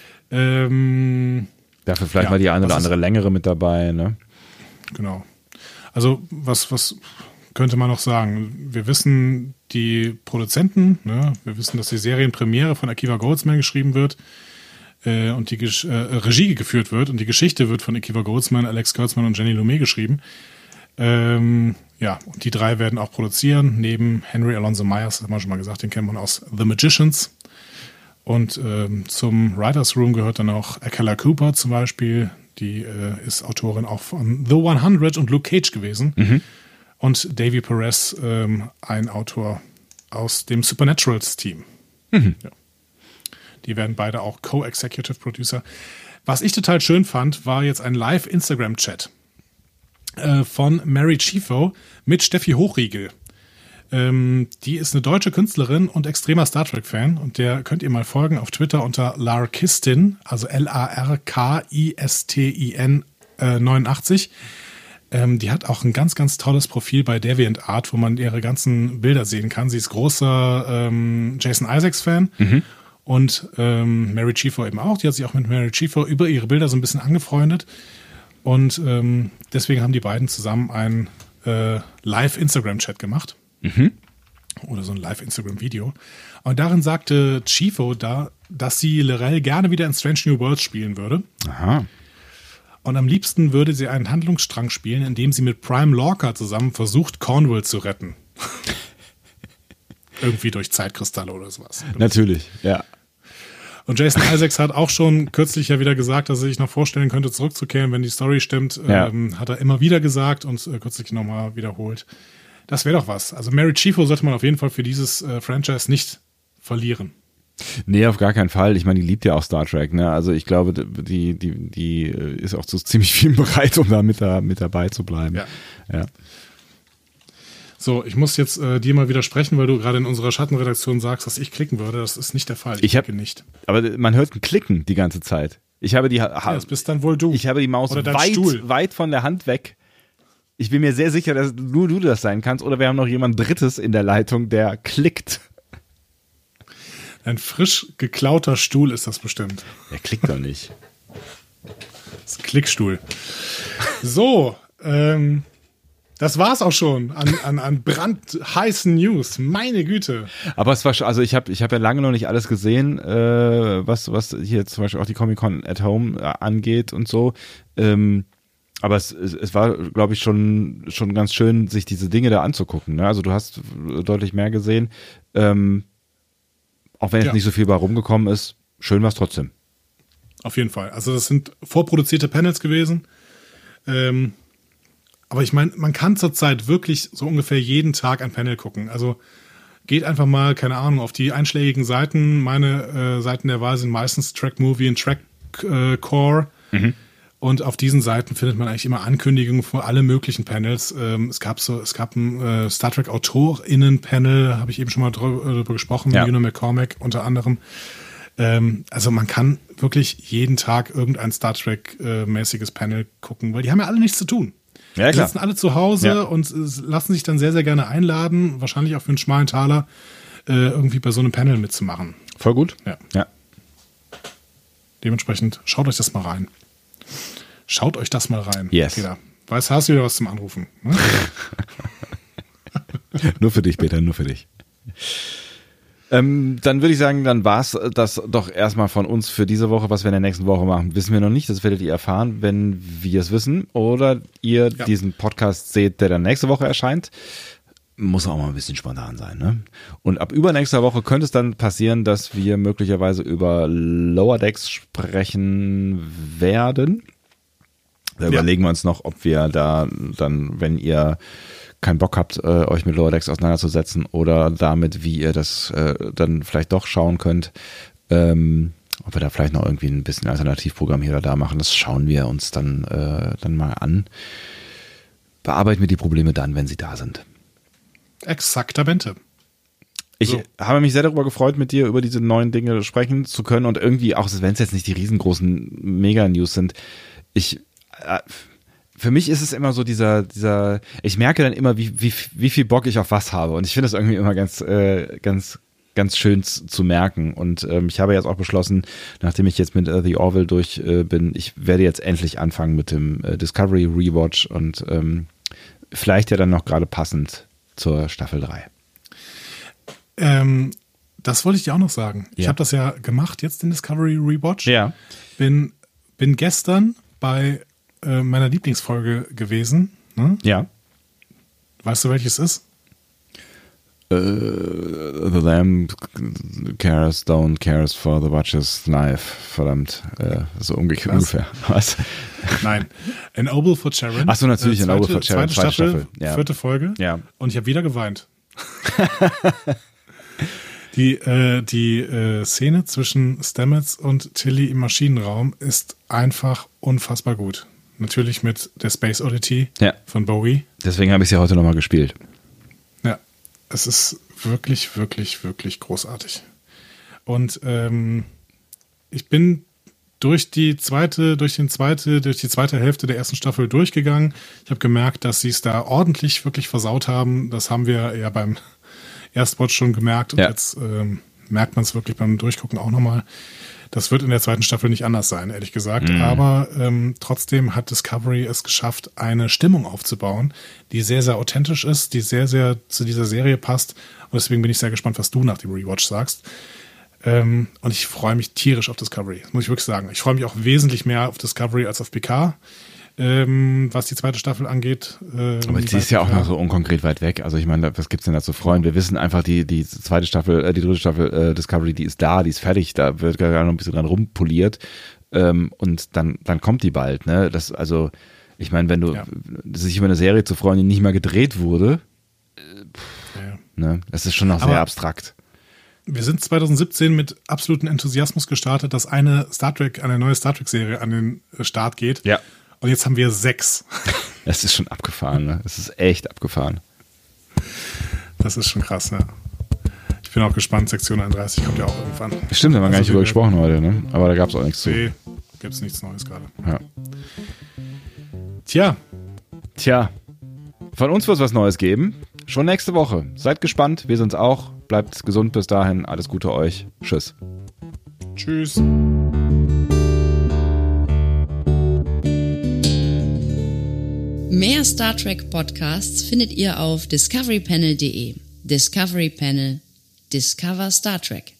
Dafür vielleicht mal die eine oder andere längere mit dabei, ne? Genau. Also was könnte man noch sagen? Wir wissen die Produzenten, ne? Wir wissen, dass die Serienpremiere von Akiva Goldsman geschrieben wird und die Regie geführt wird und die Geschichte wird von Akiva Goldsman, Alex Kurtzman und Jenny Lumet geschrieben. Und die 3 werden auch produzieren, neben Henry Alonso Myers, das haben wir schon mal gesagt, den kennt man aus The Magicians. Und zum Writers Room gehört dann auch Akela Cooper zum Beispiel. Die ist Autorin auch von The 100 und Luke Cage gewesen. Mhm. Und Davy Perez, ein Autor aus dem Supernaturals-Team. Mhm. Ja. Die werden beide auch Co-Executive Producer. Was ich total schön fand, war jetzt ein Live-Instagram-Chat von Mary Chieffo mit Steffi Hochriegel. Die ist eine deutsche Künstlerin und extremer Star Trek-Fan und der könnt ihr mal folgen auf Twitter unter Larkistin, also Larkistin 89. Die hat auch ein ganz, ganz tolles Profil bei DeviantArt, wo man ihre ganzen Bilder sehen kann. Sie ist großer Jason Isaacs-Fan und Mary Chieffo eben auch. Die hat sich auch mit Mary Chieffo über ihre Bilder so ein bisschen angefreundet und deswegen haben die beiden zusammen einen Live-Instagram-Chat gemacht. Mhm. Oder so ein Live-Instagram-Video. Und darin sagte Chieffo dass sie Lorel gerne wieder in Strange New Worlds spielen würde. Aha. Und am liebsten würde sie einen Handlungsstrang spielen, in dem sie mit Prime Lorca zusammen versucht, Cornwall zu retten. Irgendwie durch Zeitkristalle oder sowas. Natürlich, ja. Und Jason Isaacs hat auch schon kürzlich ja wieder gesagt, dass er sich noch vorstellen könnte, zurückzukehren, wenn die Story stimmt. Ja. Hat er immer wieder gesagt und kürzlich nochmal wiederholt. Das wäre doch was. Also Mary Chieffo sollte man auf jeden Fall für dieses Franchise nicht verlieren. Nee, auf gar keinen Fall. Ich meine, die liebt ja auch Star Trek, ne? Also ich glaube, die ist auch zu ziemlich viel bereit, um da mit dabei zu bleiben. Ja. So, ich muss jetzt dir mal widersprechen, weil du gerade in unserer Schattenredaktion sagst, dass ich klicken würde. Das ist nicht der Fall. Ich klicke nicht. Aber man hört ein Klicken die ganze Zeit. Ich habe Das bist dann wohl du. Ich habe die Maus Oder dein Stuhl. weit von der Hand weg. Ich bin mir sehr sicher, dass nur du das sein kannst. Oder wir haben noch jemand Drittes in der Leitung, der klickt. Ein frisch geklauter Stuhl ist das bestimmt. Der klickt doch nicht. Das ist ein Klickstuhl. So, das war's auch schon an brandheißen News. Meine Güte. Aber es war schon, also ich habe ja lange noch nicht alles gesehen, was hier zum Beispiel auch die Comic-Con at Home angeht und so. Aber es war, glaube ich, schon ganz schön, sich diese Dinge da anzugucken. Ne? Also du hast deutlich mehr gesehen. Auch wenn jetzt nicht so viel bei rumgekommen ist, schön war es trotzdem. Auf jeden Fall. Also das sind vorproduzierte Panels gewesen. Aber ich meine, man kann zurzeit wirklich so ungefähr jeden Tag ein Panel gucken. Also geht einfach mal, keine Ahnung, auf die einschlägigen Seiten. Meine Seiten der Wahl sind meistens Track Movie und Track Core. Und auf diesen Seiten findet man eigentlich immer Ankündigungen für alle möglichen Panels. Es gab ein Star Trek AutorInnen-Panel, habe ich eben schon mal drüber gesprochen, mit Una McCormack unter anderem. Also man kann wirklich jeden Tag irgendein Star Trek-mäßiges Panel gucken, weil die haben ja alle nichts zu tun. Ja, klar. Die sitzen alle zu Hause und lassen sich dann sehr, sehr gerne einladen, wahrscheinlich auch für einen schmalen Taler, irgendwie bei so einem Panel mitzumachen. Voll gut. Ja. Dementsprechend schaut euch das mal rein. Schaut euch das mal rein. Yes. Peter. Hast du wieder was zum Anrufen? Ne? Nur für dich, Peter, nur für dich. Dann würde ich sagen, dann war's das doch erstmal von uns für diese Woche. Was wir in der nächsten Woche machen, wissen wir noch nicht. Das werdet ihr erfahren, wenn wir es wissen. Oder ihr diesen Podcast seht, der dann nächste Woche erscheint. Muss auch mal ein bisschen spontan sein, ne? Und ab übernächster Woche könnte es dann passieren, dass wir möglicherweise über Lower Decks sprechen werden. Da überlegen wir uns noch, ob wir da dann, wenn ihr keinen Bock habt, euch mit Lower Decks auseinanderzusetzen oder damit, wie ihr das dann vielleicht doch schauen könnt, ob wir da vielleicht noch irgendwie ein bisschen Alternativprogramm hier oder da machen, das schauen wir uns dann mal an. Bearbeiten wir die Probleme dann, wenn sie da sind. Exaktamente. Ich habe mich sehr darüber gefreut, mit dir über diese neuen Dinge sprechen zu können und irgendwie, auch wenn es jetzt nicht die riesengroßen Mega-News sind, für mich ist es immer so dieser, ich merke dann immer, wie viel Bock ich auf was habe und ich finde das irgendwie immer ganz schön zu merken und ich habe jetzt auch beschlossen, nachdem ich jetzt mit The Orville durch bin, ich werde jetzt endlich anfangen mit dem Discovery Rewatch und vielleicht ja dann noch gerade passend zur Staffel 3. Das wollte ich dir auch noch sagen. Ja. Ich habe das ja gemacht, jetzt den Discovery Rewatch. Ja. Bin gestern bei meiner Lieblingsfolge gewesen. Ne? Ja. Weißt du, welches ist? The Lamb cares for the Watcher's Knife. Verdammt. So ungefähr. Was? Nein. An Obel for Sharon. Ach so, natürlich. An Obel for Sharon. Zweite Staffel. Ja. 4. Folge. Ja. Und ich habe wieder geweint. Die Szene zwischen Stamets und Tilly im Maschinenraum ist einfach unfassbar gut. Natürlich mit der Space Oddity von Bowie. Deswegen habe ich sie heute nochmal gespielt. Ja, es ist wirklich, wirklich, wirklich großartig. Und ich bin durch die zweite Hälfte der ersten Staffel durchgegangen. Ich habe gemerkt, dass sie es da ordentlich wirklich versaut haben. Das haben wir ja beim Erstwatch schon gemerkt und jetzt merkt man es wirklich beim Durchgucken auch nochmal. Das wird in der zweiten Staffel nicht anders sein, ehrlich gesagt. Aber trotzdem hat Discovery es geschafft, eine Stimmung aufzubauen, die sehr, sehr authentisch ist, die sehr, sehr zu dieser Serie passt. Und deswegen bin ich sehr gespannt, was du nach dem Rewatch sagst. Und ich freue mich tierisch auf Discovery, muss ich wirklich sagen. Ich freue mich auch wesentlich mehr auf Discovery als auf Picard. Was die zweite Staffel angeht. Aber die ist ja auch noch so unkonkret weit weg. Also ich meine, was gibt's denn da zu freuen? Wir wissen einfach, die zweite Staffel, die dritte Staffel Discovery, die ist da, die ist fertig, da wird gerade noch ein bisschen dran rumpoliert. Und dann kommt die bald, ne? Das, also, ich meine, wenn du sich über eine Serie zu freuen, die nicht mal gedreht wurde, ne? Das ist schon noch sehr abstrakt. Wir sind 2017 mit absolutem Enthusiasmus gestartet, dass eine neue Star Trek-Serie an den Start geht. Ja. Und jetzt haben wir 6. Das ist schon abgefahren, ne? Das ist echt abgefahren. Das ist schon krass, ja. Ich bin auch gespannt, Sektion 31 kommt ja auch irgendwann. Stimmt, da haben wir gar nicht drüber gesprochen heute, ne? Aber da gab es auch nichts zu. Nee, gibt's nichts Neues gerade. Ja. Tja. Von uns wird es was Neues geben. Schon nächste Woche. Seid gespannt, wir sind's auch. Bleibt gesund bis dahin. Alles Gute euch. Tschüss. Tschüss. Mehr Star Trek Podcasts findet ihr auf discoverypanel.de. Discovery Panel. Discover Star Trek.